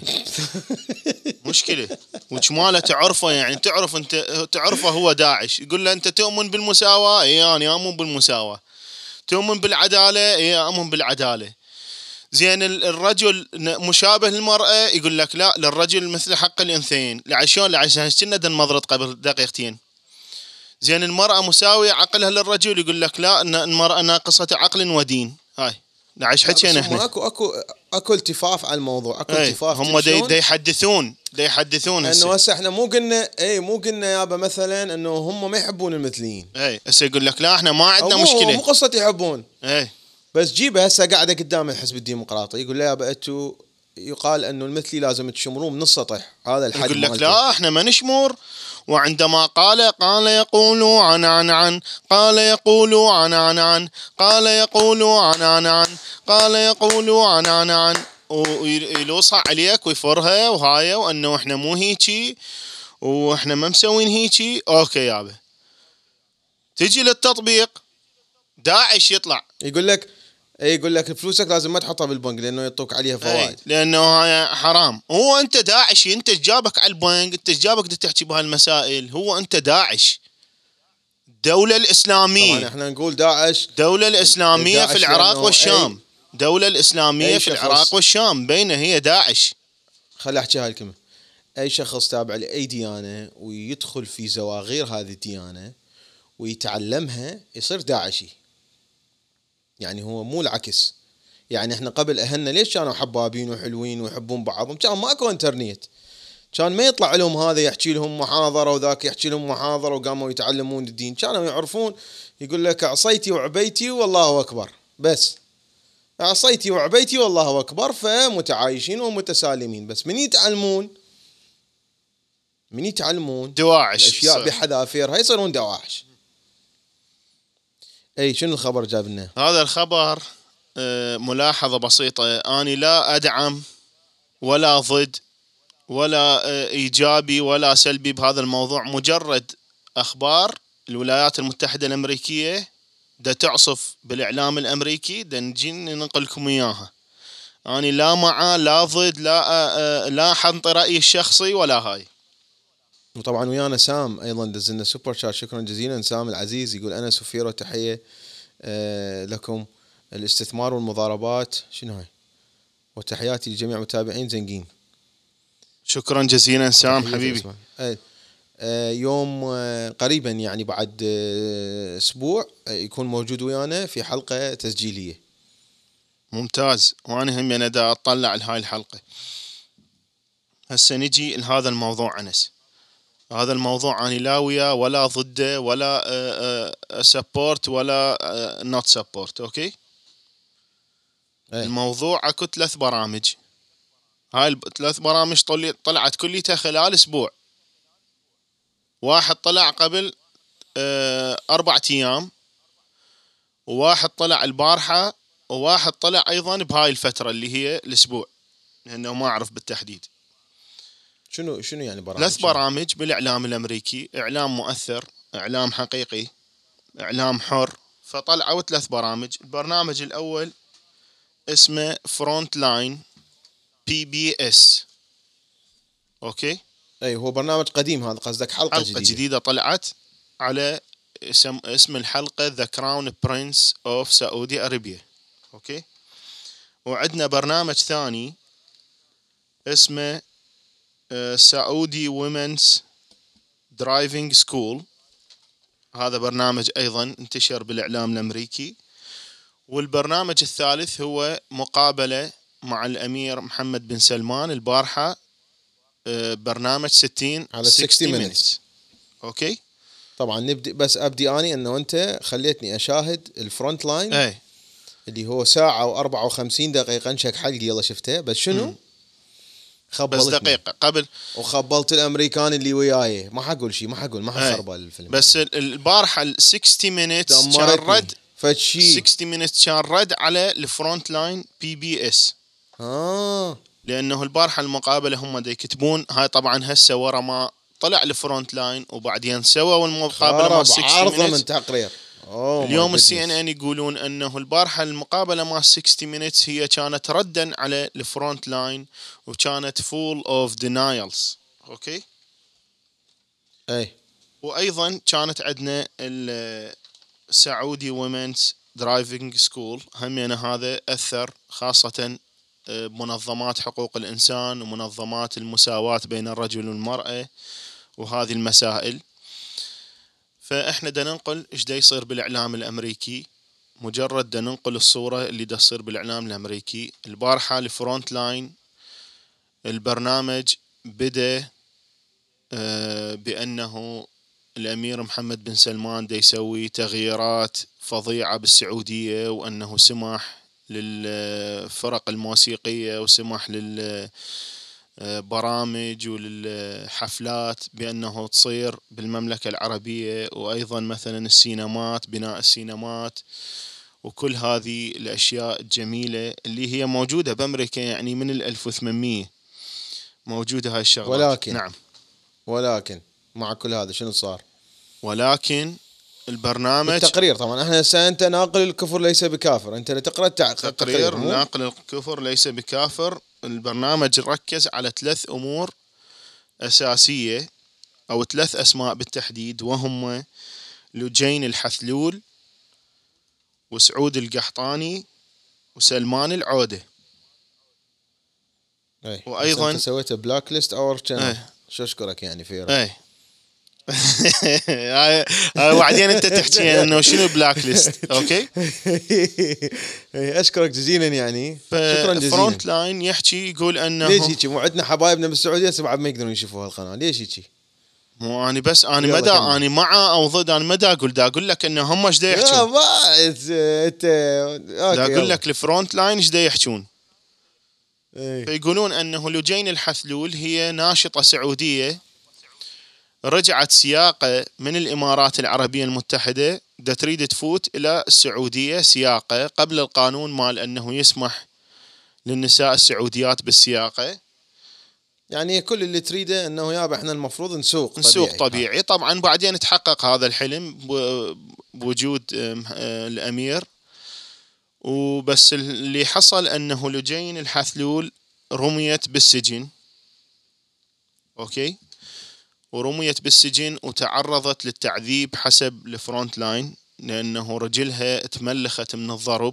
مشكلة وشماله تعرفه، يعني تعرف أنت تعرفه هو داعش. يقول له أنت تؤمن بالمساواة؟ إيه أنا أؤمن بالمساواة. تؤمن بالعدالة؟ إيه أؤمن بالعدالة. زين الرجل مشابه للمرأة؟ يقول لك لا، للرجل مثل حق الأنثيين. لعشان كنا دنمضرط قبل دقيقتين. زين المرأة مساوية عقلها للرجل؟ يقول لك لا، إن المرأة ناقصة عقل ودين. هاي لعش حكينا احنا. اكو التفاف على الموضوع، اكو التفاف. هم دا يحدثون انه هسه احنا مو قلنا يابا مثلا انه هم ما يحبون المثليين. هسه يقول لك لا احنا ما عندنا مشكلة، مو قصة يحبون. بس جيبه هسه قاعدة قدام الحزب الديمقراطي يقول لا يابا انتو يقال انه المثلي لازم تشمروه من السطح، هذا الحد. يقول لك لا احنا ما نشمر. وعندما قال يقول عن قال يقول عن قال يقول عن قال يقول عن ويلوصها عليك ويفرها وهاي، وانه احنا مو هيجي واحنا ما مسوين هيجي. اوكي يابا، تجي للتطبيق داعش يطلع يقول لك فلوسك لازم ما تحطها بالبنك لانه يعطوك عليها فوائد، لانه هاي حرام. هو انت داعشي، انت جابك على البنك، انت جابك تحكي بهالمسائل. هو انت داعش. الدولة الإسلامية، طبعا احنا نقول داعش، الدولة الإسلامية في العراق والشام. الدولة الإسلامية في العراق والشام بينها هي داعش. خلي احكي هاي الكلمة. اي شخص تابع لاي ديانة ويدخل في زواغير هذه الديانة ويتعلمها يصير داعشي. يعني هو مو العكس. يعني احنا قبل اهلنا ليش كانوا حبابين وحلوين ويحبون بعضهم؟ كان ماكو انترنت، كان ما يطلع لهم هذا يحكي لهم محاضرة وذاك يحكي لهم محاضرة وقاموا يتعلمون الدين. كانوا يعرفون، يقول لك عصيتي وعبيتي والله أكبر، بس عصيتي وعبيتي والله أكبر، فمتعايشين ومتسالمين. بس من يتعلمون دواعش الأشياء بحذافيرها يصيرون دواعش. اي شنو الخبر جابنا؟ هذا الخبر ملاحظة بسيطة. أنا لا أدعم ولا ضد ولا إيجابي ولا سلبي بهذا الموضوع. مجرد أخبار الولايات المتحدة الأمريكية دا تعصف بالإعلام الأمريكي، دا نجي ننقل لكم إياها. أنا لا معه لا ضد لا حنط رأيي الشخصي ولا هاي. وطبعا ويانا سام ايضا دزلنا سوبر شات، شكرا جزيلا سام العزيز. يقول انا سفيرو تحيه لكم. الاستثمار والمضاربات شنو هاي؟ وتحياتي لجميع متابعين زنقين. شكرا جزيلا سام حبيبي. يوم قريبا يعني بعد اسبوع يكون موجود ويانا في حلقه تسجيليه. ممتاز. وانا هم دا اطلع لهاي الحلقه. هسه نجي لهذا الموضوع. انس هذا الموضوع أنا لا وياه ولا ضده ولا سبورت ولا نوت سبورت. أوكي. الموضوع أكو 3 برامج. هاي 3 برامج طلعت كليتها خلال أسبوع. واحد طلع قبل 4 أيام، وواحد طلع البارحة، وواحد طلع أيضا بهاي الفترة اللي هي الأسبوع، لأنه ما أعرف بالتحديد. شنو يعني برامج؟ 3 برامج بالإعلام الأمريكي، إعلام مؤثر، إعلام حقيقي، إعلام حر. فطلعوا 3 برامج. البرنامج الأول اسمه فرونت لاين PBS. أوكي، اي هو برنامج قديم هذا، قصدك حلقة جديدة طلعت على اسم الحلقة The Crown Prince of سعودي أرابيا. أوكي، وعندنا برنامج ثاني اسمه سعودي Women's Driving School. هذا برنامج أيضا انتشر بالإعلام الأمريكي. والبرنامج الثالث هو مقابلة مع الأمير محمد بن سلمان البارحة، برنامج 60 على 60 minutes. أوكي، طبعا نبدأ، بس أبدي أني أنه أنت خليتني أشاهد الفرونت لاين اللي هو 1:54 انشك حلقي، يلا شفته. بس شنو بس دقيقة قبل، وخبلت الأمريكان اللي وياي، ما حقول شيء، ما حخرب الفيلم. بس البارحة 60 minutes كان رد فشي 60 minutes كان رد على الفرونت لاين PBS. لأنه البارحة المقابلة هم دا يكتبون هاي طبعا هسه ورا ما طلع الفرونت لاين، وبعدين سووا المقابلة مع 60 عرضة minutes من تقرير. اليوم CNN يقولون أنه البارحة المقابلة مع 60 minutes هي كانت ردا على الفرونت لاين، وكانت full of denials. أوكي، أي وأيضا كانت عندنا السعودي Women's Driving School، همين هذا أثر خاصة بمنظمات حقوق الإنسان ومنظمات المساواة بين الرجل والمرأة وهذه المسائل. فإحنا دا ننقل إيش دا يصير بالإعلام الأمريكي، مجرد دا ننقل الصورة اللي دا تصير بالإعلام الأمريكي. البارحة الفرونت لاين البرنامج بدأ بأنه الأمير محمد بن سلمان دا يسوي تغييرات فظيعة بالسعودية، وأنه سمح للفرق الموسيقية وسمح للبرامج وللحفلات بأنه تصير بالمملكة العربية، وأيضا مثلا السينمات، بناء السينمات وكل هذه الأشياء الجميلة اللي هي موجودة بأمريكا يعني من 1800 موجودة هاي الشغلات. ولكن مع كل هذا شنو صار؟ ولكن البرنامج التقرير طبعا احنا انت ناقل الكفر ليس بكافر، انت تقرا تقرير ناقل الكفر ليس بكافر. البرنامج ركز على 3 أمور أساسية أو 3 أسماء بالتحديد، وهم لجين الحثلول وسعود القحطاني وسلمان العودة. وأيضا انت سويت بلاك ليست اور شانل، شو اشكرك يعني في وبعدين انت تحكي انه شنو بلاك ليست. اوكي اشكرك جزيلا يعني، شكرا جزيلا. فرونت لاين يحكي يقول انه ليش هيك؟ مو عندنا حبايبنا بالسعوديه بعد ما يقدرون يشوفوا هالقناه، ليش هيك؟ مو انا بس انا مدى انا معه او ضد، انا مدى اقول لك انه هم ايش دا يحكون. انت اقول لك الفرونت لاين ايش دا يحكون. فيقولون انه لجين الحثلول هي ناشطه سعوديه رجعت سياقة من الإمارات العربية المتحدة، دا تريد تفوت إلى السعودية سياقة قبل القانون مال أنه يسمح للنساء السعوديات بالسياقة. يعني كل اللي تريده أنه يابا إحنا المفروض نسوق طبيعي. طبعا بعدين تحقق هذا الحلم بوجود الأمير. وبس اللي حصل أنه لجين الحثلول رميت بالسجن. أوكي، ورميت بالسجن وتعرضت للتعذيب حسب الفرونت لاين، لأنه رجلها تملخت من الضرب،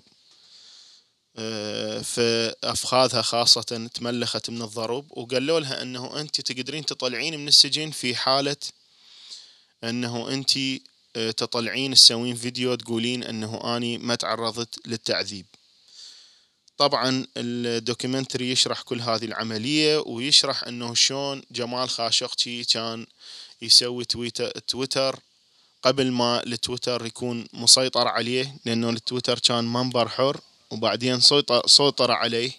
في أفخاذها خاصة تملخت من الضرب. وقالوا لها أنه أنت تقدرين تطلعين من السجن في حالة أنه أنت تطلعين تسوين فيديو تقولين أنه أني ما تعرضت للتعذيب. طبعا الدوكيومنتري يشرح كل هذه العملية، ويشرح أنه شون جمال خاشقجي كان يسوي تويتر قبل ما التويتر يكون مسيطر عليه، لأنه التويتر كان منبر حر وبعدين سيطر عليه.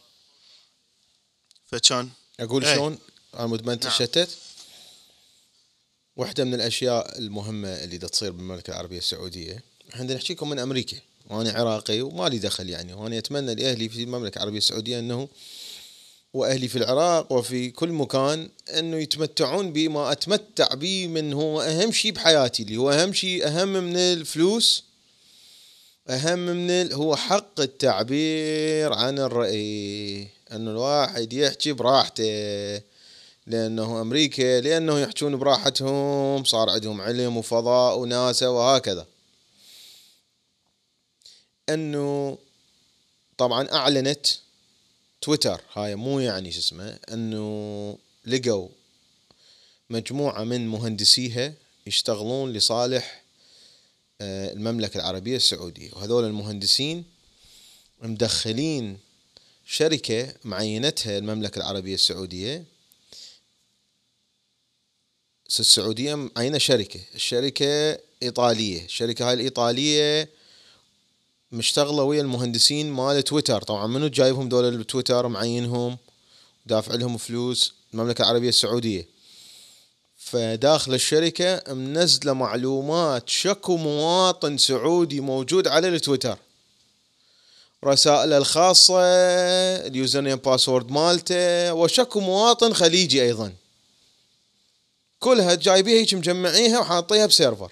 فكان أقول شون أنا مدمنت الشتت واحدة من الأشياء المهمة اللي تصير بالمملكة العربية السعودية، احنا نحكيكم من أمريكا وأنا عراقي وما لي دخل يعني، وأنا أتمنى لأهلي في المملكة العربية السعودية أنه وأهلي في العراق وفي كل مكان أنه يتمتعون بما أتمتع به، من هو أهم شيء بحياتي، اللي هو أهم شيء، أهم من الفلوس، أهم من هو حق التعبير عن الرأي، أنه الواحد يحكي براحته، لأنه أمريكا لأنه يحجون براحتهم صار عندهم علم وفضاء وناسا وهكذا. أنه طبعا أعلنت تويتر، هاي مو يعني شو اسمه، أنه لقوا مجموعة من مهندسيها يشتغلون لصالح المملكة العربية السعودية، وهذول المهندسين مدخلين شركة معينتها المملكة العربية السعودية. معينة الشركة إيطالية، الشركة هاي الإيطالية مشتغلة ويا المهندسين مال تويتر. طبعا منو جايبهم دول التويتر، معينهم دافع لهم فلوس المملكة العربية السعودية. فداخل الشركة منزلة معلومات شكو مواطن سعودي موجود على التويتر، رسائل الخاصة، اليوزر نيم باسورد مالته، وشكو مواطن خليجي أيضا، كلها جايبيها هيك مجمعيها وحاطيها بسيرفر.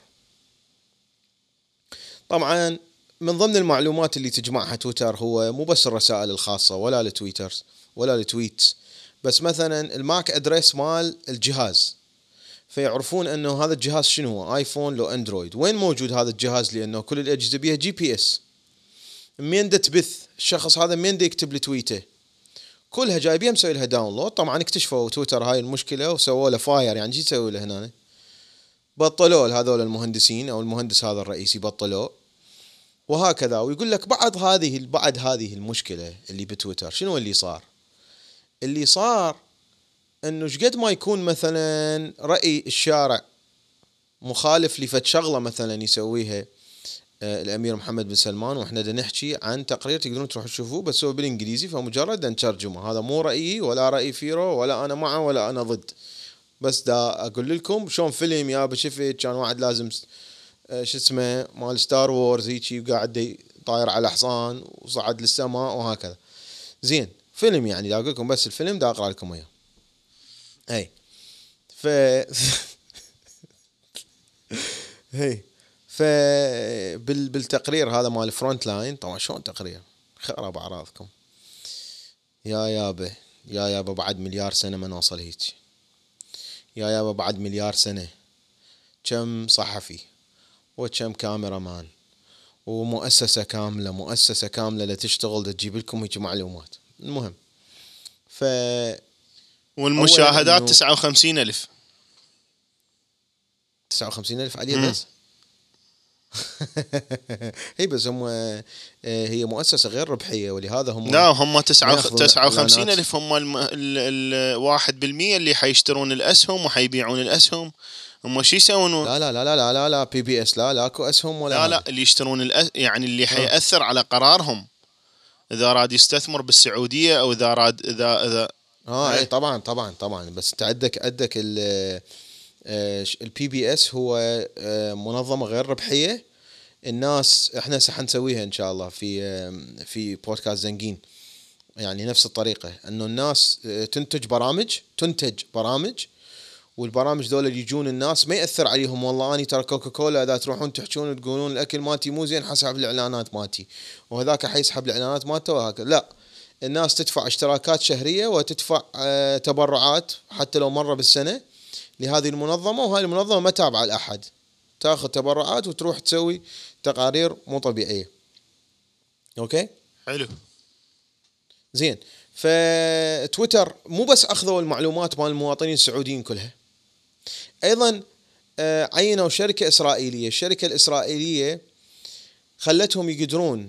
طبعا من ضمن المعلومات اللي تجمعها تويتر هو مو بس الرسائل الخاصة ولا التويترز ولا التويتس، بس مثلا الماك ادريس مال الجهاز، فيعرفون انه هذا الجهاز شنو هو، ايفون لو اندرويد، وين موجود هذا الجهاز، لانه كل الاجهزة بيها جي بي اس، مين دا تبث الشخص هذا، مين دا يكتب لتويته، كلها جايبيها مسوي لها داونلود. طبعا اكتشفوا تويتر هاي المشكلة وسووا له فاير، يعني شو يسوي له هنا، بطلوا هذول المهندسين او المهندس هذا الرئيسي بطلوا، وهكذا. ويقول لك بعد هذه المشكلة اللي بتويتر شنو اللي صار انه شقد ما يكون مثلا رأي الشارع مخالف لفت شغلة مثلا يسويها الامير محمد بن سلمان، واحنا دا نحكي عن تقرير تقدرون تروحوا تشوفوه بس هو بالانجليزي، فمجرد نترجمه، هذا مو رأيي ولا رأي فيرو ولا انا معه ولا انا ضد، بس دا اقول لكم شلون فيلم يا بشفت كان واحد لازم شو اسمه مال ستار وورز هيجي وقاعد طاير على حصان وصعد للسماء وهكذا. زين فيلم يعني دا اقول لكم بس الفيلم دا اقرا لكم اياه. اي ف هي بالتقرير هذا مال فرونت لاين، طبعا شلون تقرير خرب اعراضكم يا يابا بعد مليار سنة ما نوصل هيك، يا يابا بعد مليار سنة كم صحفي وكم كاميرا مان ومؤسسة كاملة لتشتغل تجيب لكم هيك معلومات. المهم والمشاهدات 59,000 59,000 عليه بس. هي بس هم هي مؤسسة غير ربحية، ولهذا هم لا هم 59,000 هم 1% اللي حيشترون الأسهم وحيبيعون الأسهم. هم شو يسوون؟ لا بي بي اس لا اكو اسهم ولا لا اللي يشترون يعني اللي حيأثر على قرارهم اذا راد يستثمر بالسعودية او اذا راد اذا اي طبعا بس انت عندك البي بي اس هو منظمة غير ربحية. الناس احنا حنسويها ان شاء الله في بودكاست زنقين، يعني نفس الطريقة انه الناس تنتج برامج والبرامج دول اللي يجون الناس ما يأثر عليهم، والله اني ترى كوكاكولا اذا تروحون تحجون تقولون الاكل مالتي مو زين حسحب الاعلانات مالتي، وهذاك حيسحب الاعلانات مالته وهكذا. لا، الناس تدفع اشتراكات شهرية وتدفع تبرعات حتى لو مرة بالسنة لهذه المنظمة، وهذه المنظمة ما تابعة لأحد، تاخذ تبرعات وتروح تسوي تقارير مو طبيعية. اوكي حلو زين. فتويتر مو بس اخذوا المعلومات مال المواطنين السعوديين كلها، ايضا عينوا شركة اسرائيلية. الشركة الاسرائيلية خلتهم يقدرون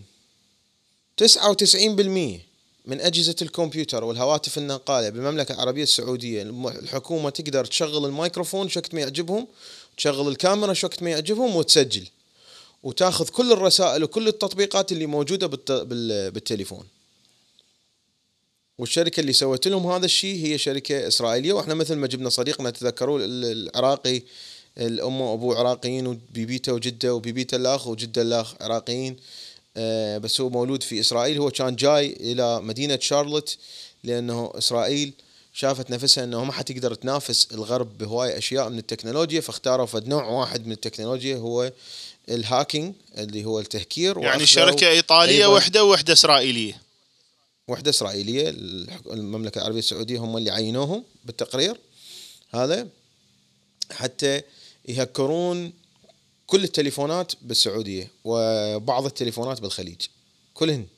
99% من اجهزة الكمبيوتر والهواتف النقالة بالمملكة العربية السعودية، الحكومة تقدر تشغل الميكروفون شكت ما يعجبهم، تشغل الكاميرا شكت ما يعجبهم، وتسجل وتاخذ كل الرسائل وكل التطبيقات اللي موجودة بالتليفون. والشركة اللي سوت لهم هذا الشيء هي شركة إسرائيلية. وإحنا مثل ما جبنا صديقنا تذكروا العراقي الأم وأبوه عراقيين، وبيبيته وجده، وبيبيته الأخ وجده الأخ عراقيين. بس هو مولود في إسرائيل. هو كان جاي إلى مدينة شارلوت لأنه إسرائيل شافت نفسها أنه ما حتقدر تنافس الغرب بهواي أشياء من التكنولوجيا، فاختاروا فد نوع واحد من التكنولوجيا هو الهاكينج اللي هو التهكير. يعني شركة إيطالية وحدة إسرائيلية. وحدة إسرائيلية، المملكة العربية السعودية هم اللي عينوهم بالتقرير هذا حتى يهكرون كل التليفونات بالسعودية وبعض التليفونات بالخليج كلهن.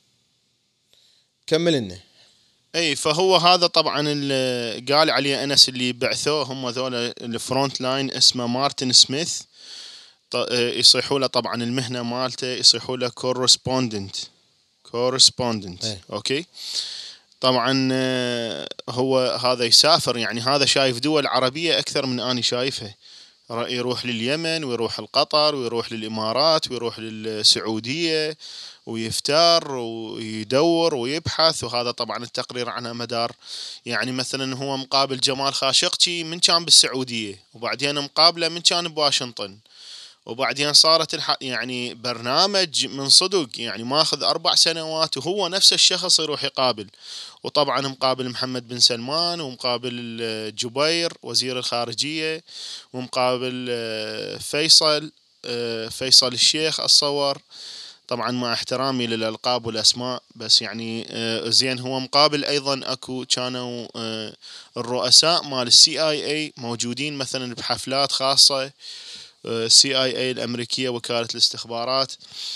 كمل لنا. اي فهو هذا طبعا اللي قال عليه انس اللي بعثوه هم ذول الفرونت لاين، اسمه مارتن سميث. يصيحوا له طبعا المهنة مالته يصيحوا له كورسبوندنت. اوكي. طبعا هو هذا يسافر، يعني هذا شايف دول عربية اكثر من اني شايفها. يروح لليمن ويروح القطر ويروح للامارات ويروح للسعودية ويفتر ويدور ويبحث. وهذا طبعا التقرير عنها مدار، يعني مثلا هو مقابل جمال خاشقجي من كان بالسعودية، وبعدين مقابله من كان بواشنطن، وبعدين صارت يعني برنامج من صدق، يعني ماخذ 4 سنوات وهو نفس الشخص يروح يقابل. وطبعا مقابل محمد بن سلمان، ومقابل جبير وزير الخارجية، ومقابل فيصل الشيخ الصور. طبعا مع احترامي للألقاب والأسماء، بس يعني زين هو مقابل أيضا أكو كانوا الرؤساء مال CIA موجودين مثلا بحفلات خاصة. CIA الأمريكية، وكالة الاستخبارات.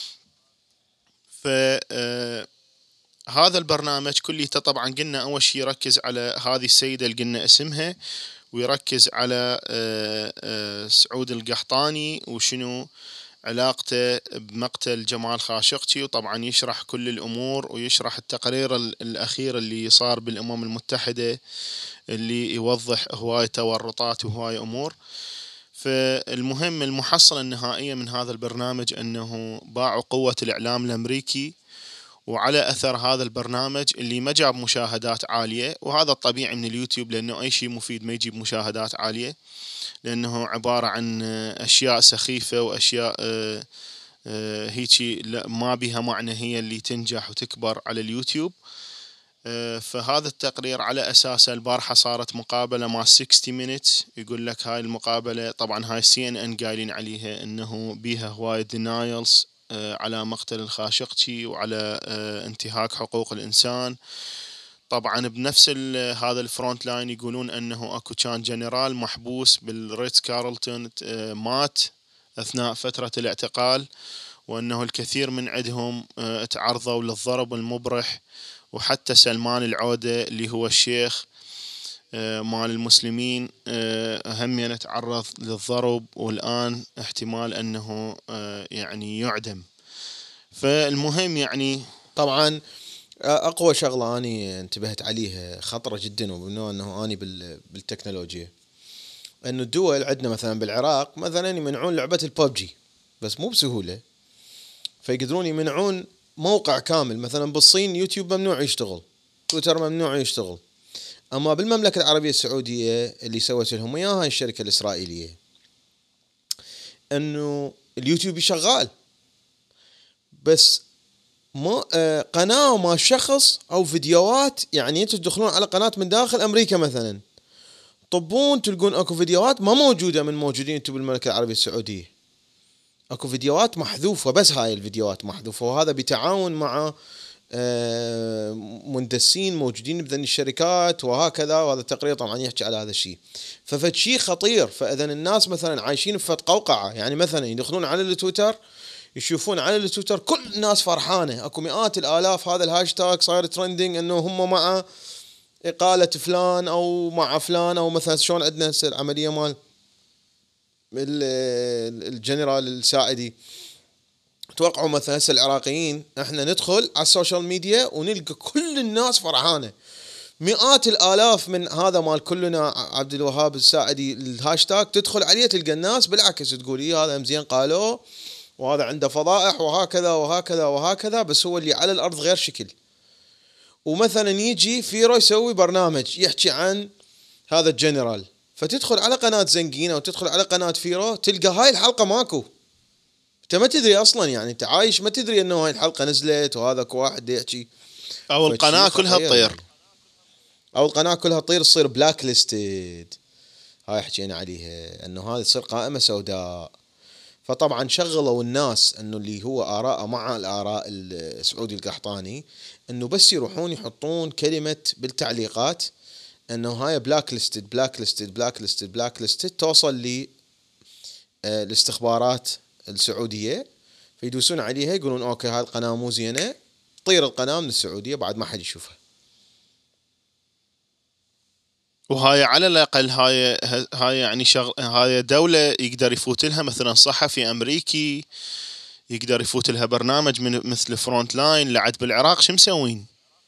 فهذا البرنامج كليته طبعا قلنا أول شيء يركز على هذه السيدة اللي قلنا اسمها، ويركز على سعود القحطاني وشنو علاقته بمقتل جمال خاشقجي، وطبعا يشرح كل الأمور ويشرح التقرير الأخير اللي صار بالأمم المتحدة اللي يوضح هواي تورطات وهواي أمور. فالمهم المحصلة النهائية من هذا البرنامج أنه باعوا قوة الإعلام الأمريكي، وعلى أثر هذا البرنامج اللي ما جاب مشاهدات عالية، وهذا الطبيعي من اليوتيوب لأنه أي شيء مفيد ما يجيب مشاهدات عالية، لأنه عبارة عن أشياء سخيفة وأشياء هيجي ما بها معنى هي اللي تنجح وتكبر على اليوتيوب. فهذا التقرير على أساسه البارحة صارت مقابلة مع 60 minutes. يقول لك هاي المقابلة طبعا هاي CNN قايلين عليها أنه بيها هواي denials على مقتل الخاشقجي وعلى انتهاك حقوق الإنسان. طبعا بنفس هذا الفرونت لاين يقولون أنه أكو كان جنرال محبوس بالريتز كارلتون مات أثناء فترة الاعتقال، وأنه الكثير من عندهم تعرضوا للضرب المبرح، وحتى سلمان العودة اللي هو الشيخ مال المسلمين هم يتعرض للضرب، والآن احتمال أنه يعني يعدم. فالمهم يعني طبعا أقوى شغلة أني انتبهت عليها خطرة جدا، ومنه أنه أني بالتكنولوجيا، أنه الدول عندنا مثلا بالعراق مثلا يمنعون لعبة الببجي بس مو بسهولة، فيقدرون يمنعون موقع كامل. مثلا بالصين يوتيوب ممنوع يشتغل، تويتر ممنوع يشتغل. أما بالمملكة العربية السعودية اللي سوت لهم إياها الشركة الإسرائيلية، أنه اليوتيوب شغال، بس ما قناة ما شخص أو فيديوهات. يعني أنتوا تدخلون على قناة من داخل أمريكا مثلا، طبون تلقون أكو فيديوهات ما موجودة من موجودين أنتوا بالمملكة العربية السعودية. أكو فيديوهات محذوفة، بس هاي الفيديوهات محذوفة، وهذا بتعاون مع مندسين موجودين بذن الشركات وهكذا. وهذا التقرير طبعا يحكي على هذا الشيء، ففد شيء خطير. فإذا الناس مثلا عايشين في قوقعة، يعني مثلا يدخلون على التويتر يشوفون على التويتر كل الناس فرحانة، اكو مئات الآلاف هذا الهاشتاج صاير ترندing انه هم مع إقالة فلان او مع فلان، او مثلا شلون عندنا هسه العملية مال الجنرال الساعدي. توقعوا مثلا هسه العراقيين احنا ندخل على السوشيال ميديا ونلقى كل الناس فرحانة، مئات الآلاف من هذا مال كلنا عبد الوهاب الساعدي الهاشتاج، تدخل عليه تلقى الناس بالعكس تقول إيه هذا مزين قالوه وهذا عنده فضائح وهكذا وهكذا وهكذا، بس هو اللي على الأرض غير شكل. ومثلا يجي فيرو يسوي برنامج يحكي عن هذا الجنرال فتدخل على قناة زنقين أو تدخل على قناة فيرو تلقى هاي الحلقة ماكو. أنت ما تدري أصلا، يعني أنت عايش ما تدري إنه هاي الحلقة نزلت وهذاك واحد يحكي. أو القناة كلها تطير يعني. أو القناة كلها تطير، تصير بلاك ليستد. هاي حكينا عليها إنه هذه تصير قائمة سوداء. فطبعا شغلوا الناس إنه اللي هو آراء مع الآراء السعودي القحطاني، إنه بس يروحون يحطون كلمة بالتعليقات إنه هاي بلاك ليستد بلاك ليستد بلاك ليستد بلاك ليستد، توصل لي الاستخبارات السعودية، فيدوسون عليها يقولون أوكي هاي القناة مو زينة، طير القناة من السعودية بعد ما حد يشوفها. وهاي على الأقل هاي يعني هاي دولة يقدر يفوت لها مثلا صحفي أمريكي، يقدر يفوت لها برنامج من مثل فرونت لاين. لعد بالعراق شو مسوين؟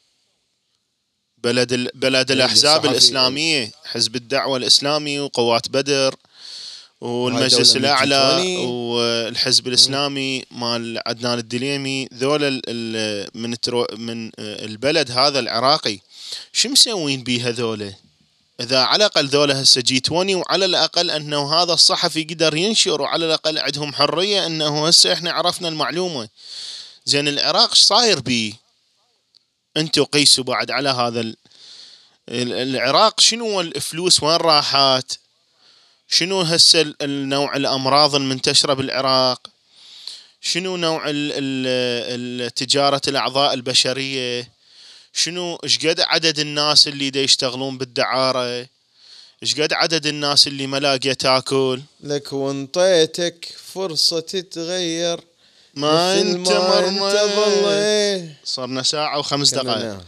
بلد الأحزاب الإسلامية، حزب الدعوة الإسلامي وقوات بدر والمجلس الأعلى والحزب الإسلامي مال عدنان الدليمي، ذولا من البلد هذا العراقي. شو مسوين بيها ذولا؟ إذا على الأقل ذولا هسه G20، وعلى الأقل أنه هذا الصحفي يقدر ينشر، وعلى الأقل عندهم حرية أنه هسه إحنا عرفنا المعلومة. زين العراق ايش صاير بيه؟ أنتوا قيسوا بعد على هذا العراق شنو الفلوس وين راحت؟ شنو هسه النوع الأمراض المنتشرة بالعراق؟ شنو نوع تجارة الأعضاء البشرية؟ شنو إيش قد عدد الناس اللي دا يشتغلون بالدعارة؟ إيش قد عدد الناس اللي ما لاقيه تاكل؟ لك وانطيتك فرصة تتغير ما انت مرة. صرنا ساعة و5 دقائق.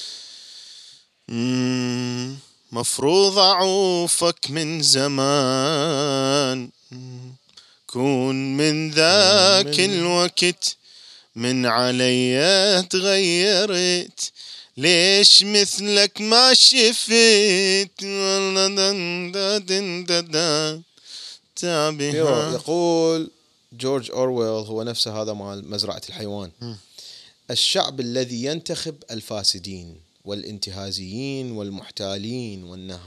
مفروض أعوفك من زمان، كون من ذاك الوقت من علي تغيرت، ليش مثلك ما شفت. يقول جورج أورويل، هو نفسه هذا مال مزرعة الحيوان، الشعب الذي ينتخب الفاسدين والانتهازيين والمحتالين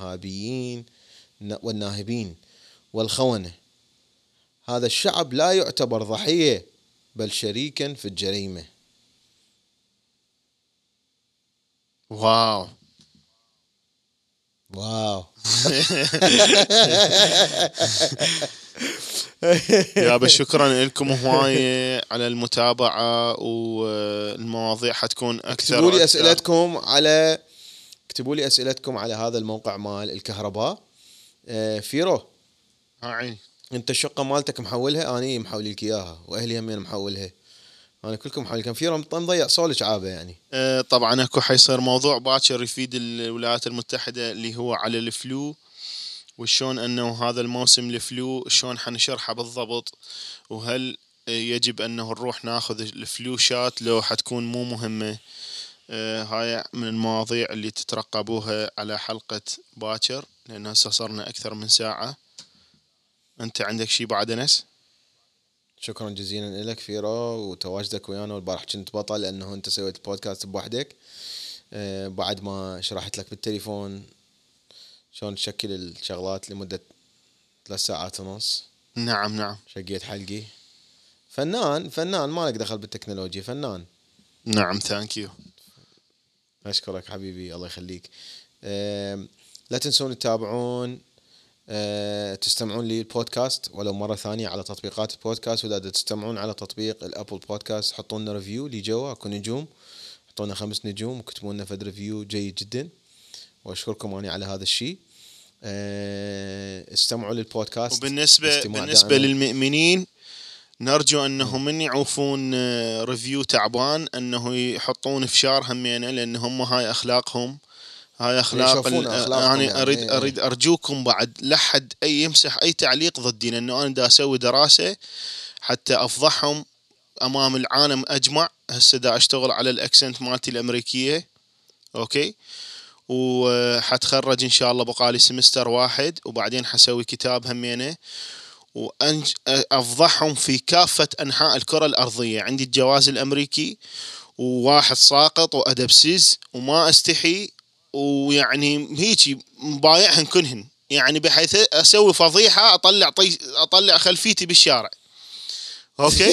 والناهبين والخونة، هذا الشعب لا يعتبر ضحية بل شريكا في الجريمة. واو يابا شكرا لكم هواية على المتابعة، والمواضيع حتكون أكثر. اكتبوا لي أسئلتكم على هذا الموقع مال الكهرباء. فيرو هاي انت الشقة مالتك محولها؟ أنا محولي لك إياها، وأهلي همين محولها، أنا كلكم محولي. كان فيرو مضيع صولك عابة يعني. طبعا اكو حيصير موضوع باكر يفيد الولايات المتحدة اللي هو على الفلو، وشون انه هذا الموسم الفلو شلون حنشرحه بالضبط، وهل يجب انه نروح ناخذ الفلو شات لو حتكون مو مهمة. هاي من المواضيع اللي تترقبوها على حلقة باكر، لأن هسه صرنا أكثر من ساعة. أنت عندك شي بعد أنس؟ شكرا جزيلا لك فيرو وتواجدك ويانا، والبارح كنت بطل لأنه أنت سويت البودكاست بوحدك بعد ما شرحت لك بالتليفون شلون تشكل الشغلات لمدة 3 ساعات ونص. نعم شقيت حلقي. فنان ما لك دخل بالتكنولوجيا، فنان. نعم ثانك يو. أشكرك حبيبي، الله يخليك. لا تنسون تتابعون تستمعون لي البودكاست ولو مرة ثانية على تطبيقات البودكاست، وإذا تستمعون على تطبيق الأبل بودكاست حطوا لنا ريفيو لي جوا أكو نجوم، حطوا لنا 5 نجوم وكتبوا لنا فد ريفيو جيد جدا، وأشكركم أنا على هذا الشيء. استمعوا للبودكاست. وبالنسبة للمؤمنين نرجو أنهم من يعوفون ريفيو تعبان أنه يحطون فشار همينة، لأن هم هاي أخلاقهم، هاي أخلاق يعني أريد أرجوكم بعد لحد أي يمسح أي تعليق ضدي، لأنه أنا دا أسوي دراسة حتى أفضحهم أمام العالم أجمع. هسه دا أشتغل على الأكسنت مالتي الأمريكية، أوكي، وحتخرج إن شاء الله بقالي سمستر 1، وبعدين حسوي كتاب همينة وأفضحهم في كافة أنحاء الكرة الأرضية. عندي الجواز الأمريكي وواحد ساقط وأدبسيز وما أستحي، ويعني هيجي مبايعهن كلهن يعني بحيث اسوي فضيحه، اطلع خلفيتي بالشارع، اوكي.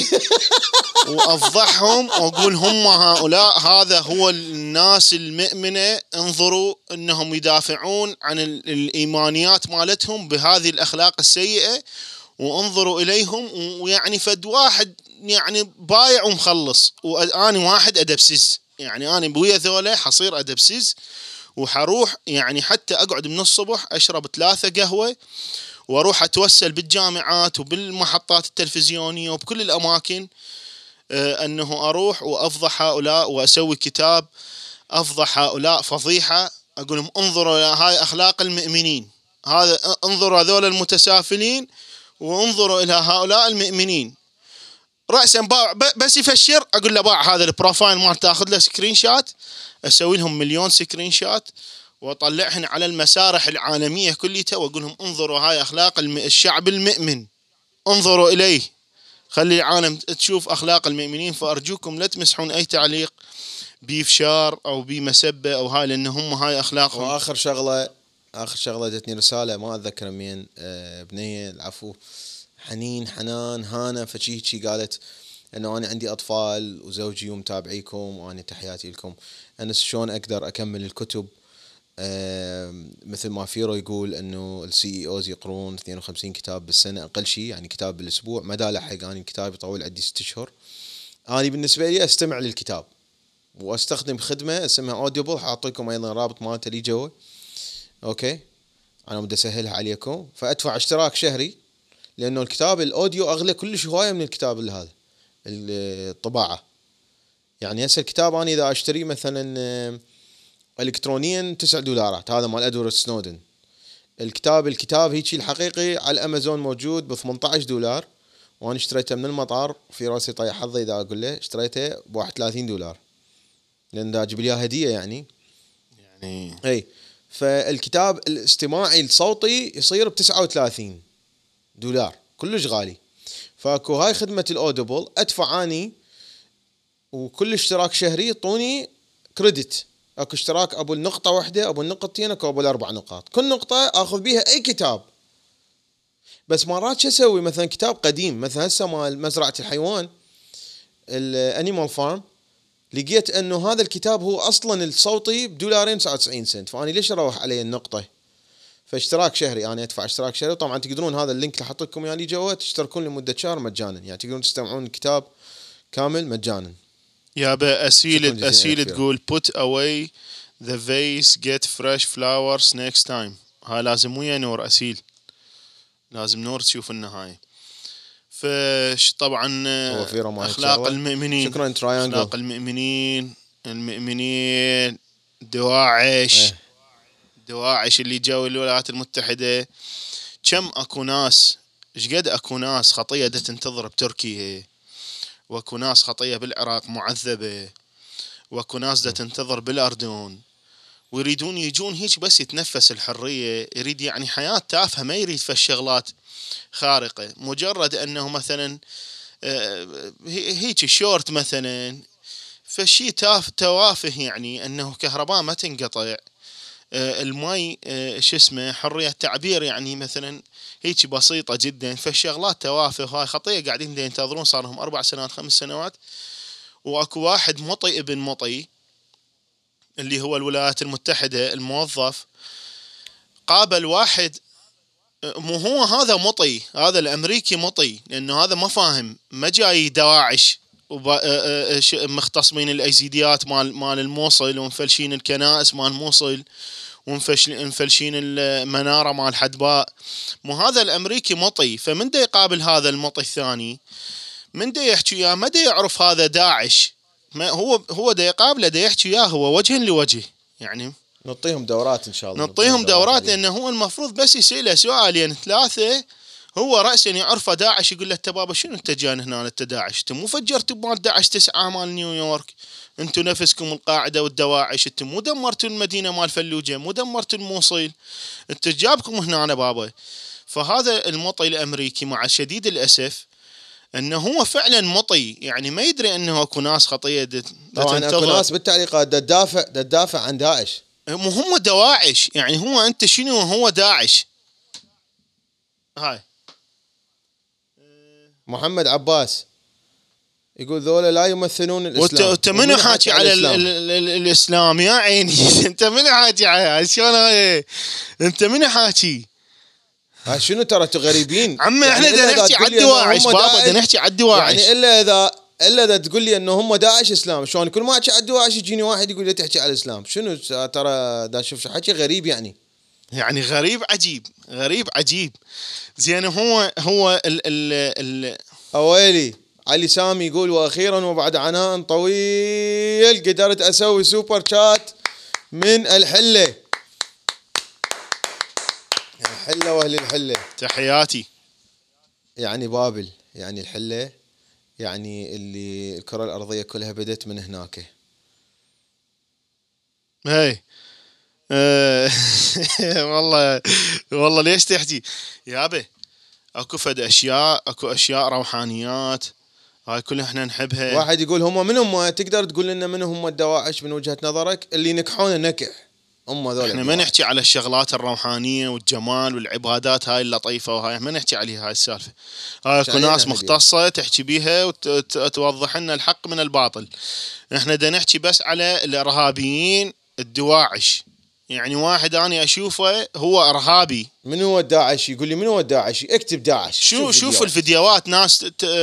وافضحهم واقول هم هؤلاء، هذا هو الناس المؤمنه، انظروا انهم يدافعون عن الايمانيات مالتهم بهذه الاخلاق السيئه، وانظروا اليهم. ويعني فد واحد يعني بايع ومخلص، واني واحد ادبسز، يعني انا بويا ذولا حصير ادبسز، وحروح يعني حتى اقعد من الصبح اشرب 3 قهوه، واروح اتوسل بالجامعات وبالمحطات التلفزيونيه وبكل الاماكن، انه اروح وافضح هؤلاء، واسوي كتاب افضح هؤلاء فضيحه، اقول لهم انظروا هاي اخلاق المؤمنين، هذا انظروا هذول المتسافلين، وانظروا الى هؤلاء المؤمنين. رأسا باع، بس يفشر اقول له باع هذا البروفايل مال، تاخذ له سكرين شات، اسوي لهم 1,000,000 سكرين شات واطلعهن على المسارح العالميه كليتها، واقول لهم انظروا هاي اخلاق الشعب المؤمن، انظروا اليه، خلي العالم تشوف اخلاق المؤمنين. فارجوكم لا تمسحون اي تعليق بفشار او بمسبه او هاي، لان هم هاي اخلاقهم. واخر شغله جتني رساله ما اتذكر مين، بنيه العفو، حنان هانا فشي قالت انه انا عندي اطفال وزوجي ومتابعيكم، وانا تحياتي لكم، انا شلون اقدر اكمل الكتب؟ مثل ما فيرو يقول انه السي اي اوز يقرون 52 كتاب بالسنه اقل شيء، يعني كتاب بالاسبوع، ما دا لحق انا كتابي يطول عندي 6 اشهر. انا بالنسبه لي استمع للكتاب واستخدم خدمه اسمها اوديبل، حاعطيكم ايضا رابط مالته لي جوا، اوكي، انا بدي اسهلها عليكم. فادفع اشتراك شهري، لانه الكتاب الاوديو اغلى كلش هوايه من الكتاب هذا الطباعه. يعني هسه الكتاب انا اذا اشتري مثلا الكترونيا $9، هذا مال ادوارد سنودن. الكتاب هيجي الحقيقي على الامازون موجود $18، وانا اشتريته من المطار، في راسي طيح حظي اذا اقول له اشتريته $31، لان دا اجيب لي هديه يعني اي. فالكتاب الاستماعي الصوتي يصير $39، كلش غالي. فاكو هاي خدمه الاوديبل، ادفع اني وكل اشتراك شهري يعطوني كريدت. اكو اشتراك ابو النقطه واحده، ابو النقطتين، اكو ابو 4 نقاط، كل نقطه اخذ بيها اي كتاب. بس مرات شو اسوي؟ مثلا كتاب قديم، مثلا هسه مال مزرعه الحيوان الانيمال فارم، لقيت انه هذا الكتاب هو اصلا الصوتي $2.99، فاني ليش اروح عليه النقطه؟ فاشتراك شهري، انا ادفع اشتراك شهري. طبعا تقدرون هذا اللينك اللي حط لكم يعني جوا تشتركون لمده شهر مجانا، يعني تقدرون تستمعون الكتاب كامل مجانا. يا اسيل تقول put away the vase, get fresh flowers next time. هاي لازم ويا نور اسيل، لازم نور تشوف النهاية. فش طبعا اخلاق المؤمنين، شكرا تراينجل، اخلاق المؤمنين دواعش اللي جو الولايات المتحدة. كم اكو ناس، ايش قد اكو ناس خطية دا تنتظر بتركيا، واكو ناس خطية بالعراق معذبة، واكو ناس دا تنتظر بالاردن، ويريدون يجون هيك بس يتنفس الحرية، يريد يعني حياة تافهة، ما يريد فالشغلات خارقة، مجرد انه مثلا هيك شورت مثلا، فشي توافه، يعني انه كهرباء ما تنقطع، الماي شو اسمه حرية تعبير، يعني مثلا هيك بسيطة جدا. فالشغلات توافه، هاي خطية قاعدين ينتظرون صار لهم 4 سنوات 5 سنوات. واكو واحد مطي ابن مطي اللي هو الولايات المتحدة، الموظف قابل واحد، مو هو هذا مطي، هذا الامريكي مطي، لانه هذا ما فاهم، ما جاي دواعش مختصمين الايزيديات مال الموصل، ومفلشين الكنائس مال موصل، ومفلشين المنارة مال حدباء، مو هذا الامريكي مطي. فمن دا يقابل هذا المطي الثاني، من دا يحكي وياه، ما دا يعرف هذا داعش، ما هو دا يقابله، دا يحكي وياه هو وجها لوجه. يعني نعطيهم دورات ان شاء الله، نعطيهم دورات، لانه هو المفروض بس يسأله سؤالين 3 هو رأسا يعرفه داعش، يقول له انت بابا شنو انت جان هنا انت داعش؟ انت مو فجرتوا مال داعش 9 مال نيويورك، انتم نفسكم القاعده والدواعش، انتم مو دمرتوا المدينه مال فلوجه، مو دمرتوا الموصل، انت جابكم هنا أنا بابا. فهذا المطي الامريكي مع شديد الاسف انه هو فعلا مطي، يعني ما يدري انه اكو ناس خطيه طبعا اكو ناس بالتعليقات تدافع عن داعش، هم دواعش، يعني هو انت شنو هو داعش؟ هاي محمد عباس يقول ذولا لا يمثلون الاسلام. وانت منو حاكي على الاسلام يا عيني؟ انت منو حاكي على شلون هاي؟ انت منو حاكي؟ شنو ترى انتوا غريبين عمي. احنا بدنا نحكي على الدواعش بابا، بدنا نحكي على الدواعش. يعني الا اذا تقول لي انه هم داعش اسلام، شلون كل ما احكي على الدواعش يجيني واحد يقول لي تحكي على الاسلام؟ شنو ترى دا اشوف حكي غريب يعني غريب عجيب. زين هو ال اويلي علي سامي يقول واخيرا وبعد عناء طويل قدرت اسوي سوبر شات من الحله. الحله واهل الحله تحياتي. يعني بابل، يعني الحله، يعني اللي الكره الارضيه كلها بدت من هناك. هاي والله ليش تحكي يابا؟ اكو اشياء روحانيات هاي كلها احنا نحبها. واحد يقول هم من هم؟ تقدر تقول لنا من هم الدواعش من وجهة نظرك اللي ينكحون نكح؟ هم ذول. احنا ما نحكي على الشغلات الروحانية والجمال والعبادات هاي اللطيفة وهاي ما نحكي عليها. هاي السالفة هاي اكو ناس مختصة تحكي بيها وتوضح لنا الحق من الباطل. احنا دا نحكي بس على الارهابيين الدواعش. يعني واحد أنا أشوفه هو إرهابي. من هو الداعش؟ يقول لي من هو الداعش؟ اكتب داعش. شوف الفيديوهات، ناس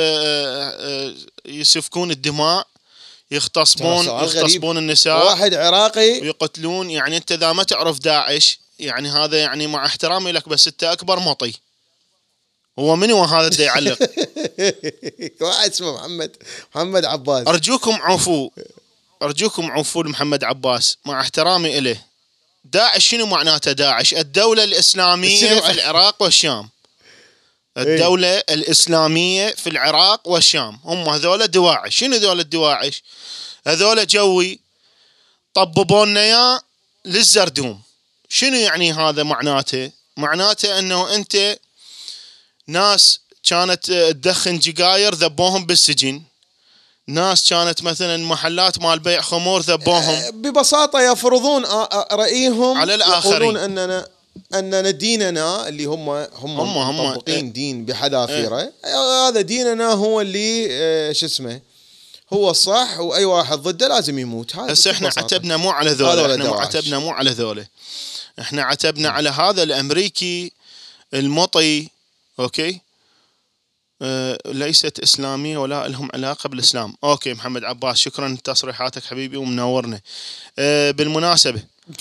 يسفكون الدماء، يغتصبون النساء، واحد عراقي ويقتلون. يعني أنت إذا ما تعرف داعش يعني هذا يعني مع احترامي لك بس أنت أكبر مطي. هو من هو هذا اللي يعلق؟ واحد اسمه محمد عباس. أرجوكم عفوا لمحمد عباس مع احترامي إليه. داعش شنو معناته؟ داعش الدولة الإسلامية في العراق والشام. الدولة الإسلامية في العراق والشام هم هذول دواعش. شنو ذول الدواعش؟ هذول جوي طببونا يا للزردوم. شنو يعني هذا معناته؟ معناته أنه أنت ناس كانت تدخن جقاير ذبوهم بالسجن، ناس كانت مثلا محلات مال بيع خمور ذبوهم. ببساطة يفرضون رأيهم على الآخرين، يقولون أننا ديننا اللي هم مطبقين دين بحذافيره. هذا ديننا هو اللي شو اسمه هو الصح، وأي واحد ضده لازم يموت. هسه احنا عتبنا مو على ذولا، احنا عتبنا مو على ذولا، احنا عتبنا على هذا الأمريكي المطي. أوكي، ليست إسلامية ولا لهم علاقة بالإسلام. أوكي محمد عباس، شكرا لتصريحاتك حبيبي ومنورنا. بالمناسبة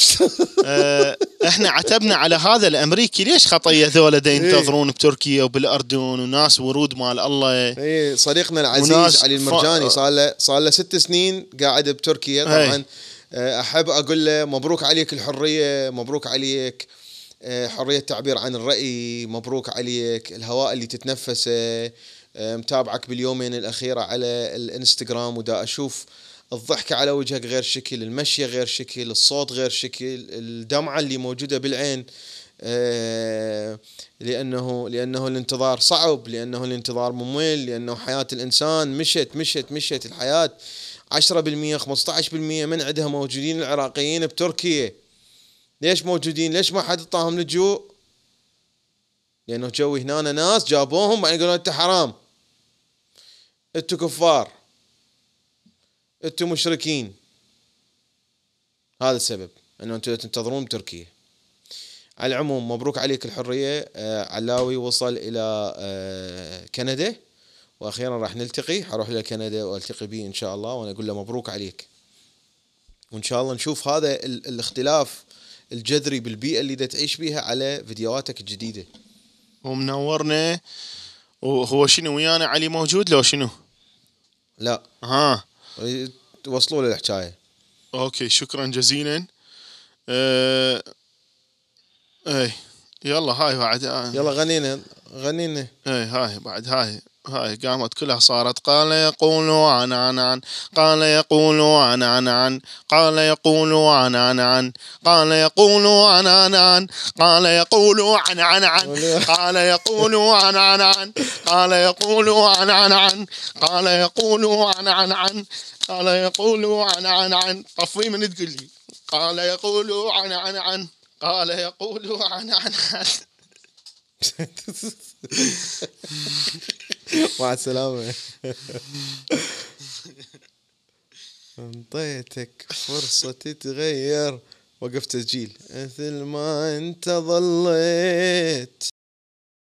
احنا عتبنا على هذا الأمريكي. ليش خطية ذولا دا ينتظرون بتركيا وبالأردن وناس ورود مال الله؟ صديقنا العزيز علي المرجاني صار له 6 سنين قاعد بتركيا. طبعا أحب أقول له مبروك عليك الحرية، مبروك عليك حرية التعبير عن الرأي، مبروك عليك الهواء اللي تتنفسه. متابعك باليومين الأخيرة على الانستغرام ودا أشوف الضحكة على وجهك غير شكل، المشي غير شكل، الصوت غير شكل، الدمعة اللي موجودة بالعين. لأنه الانتظار صعب، لأنه الانتظار ممل، لأنه حياة الإنسان مشت الحياة 10% 15% من عندها موجودين العراقيين بتركيا. ليش موجودين؟ ليش ما حد طاهم لجوء؟ لأنه جوي هنا ناس جابوهم بعدين يقولون أنت حرام، أنتوا كفار، أنتوا مشركين. هذا السبب أنه أنتوا تنتظرون بتركيا. على العموم مبروك عليك الحرية. علاوي وصل إلى كندا وأخيرا راح نلتقي، حروح إلى كندا والتقي به إن شاء الله، وأنا أقول له مبروك عليك، وإن شاء الله نشوف هذا الاختلاف الجذري بالبيئة اللي دا تعيش بيها على فيديوهاتك الجديدة. ومنورنا. وهو شنو ويانا علي موجود لو شنو؟ لا توصلوا له الحكاية. اوكي شكرا جزيلا. اي يلا هاي بعد يلا غنينا اي هاي بعد هاي قامت كلها صارت. قال يقول عن قال يقول عن قال يقول عن قال يقول عن قال يقول عن قال يقول عن قال يقول عن قال يقول عن قال يقول عن طفي من تقول لي قال يقول عن قال يقول عن مع السلامة. انطيتك فرصة تتغير، وقف تسجيل مثل ما انت ظليت.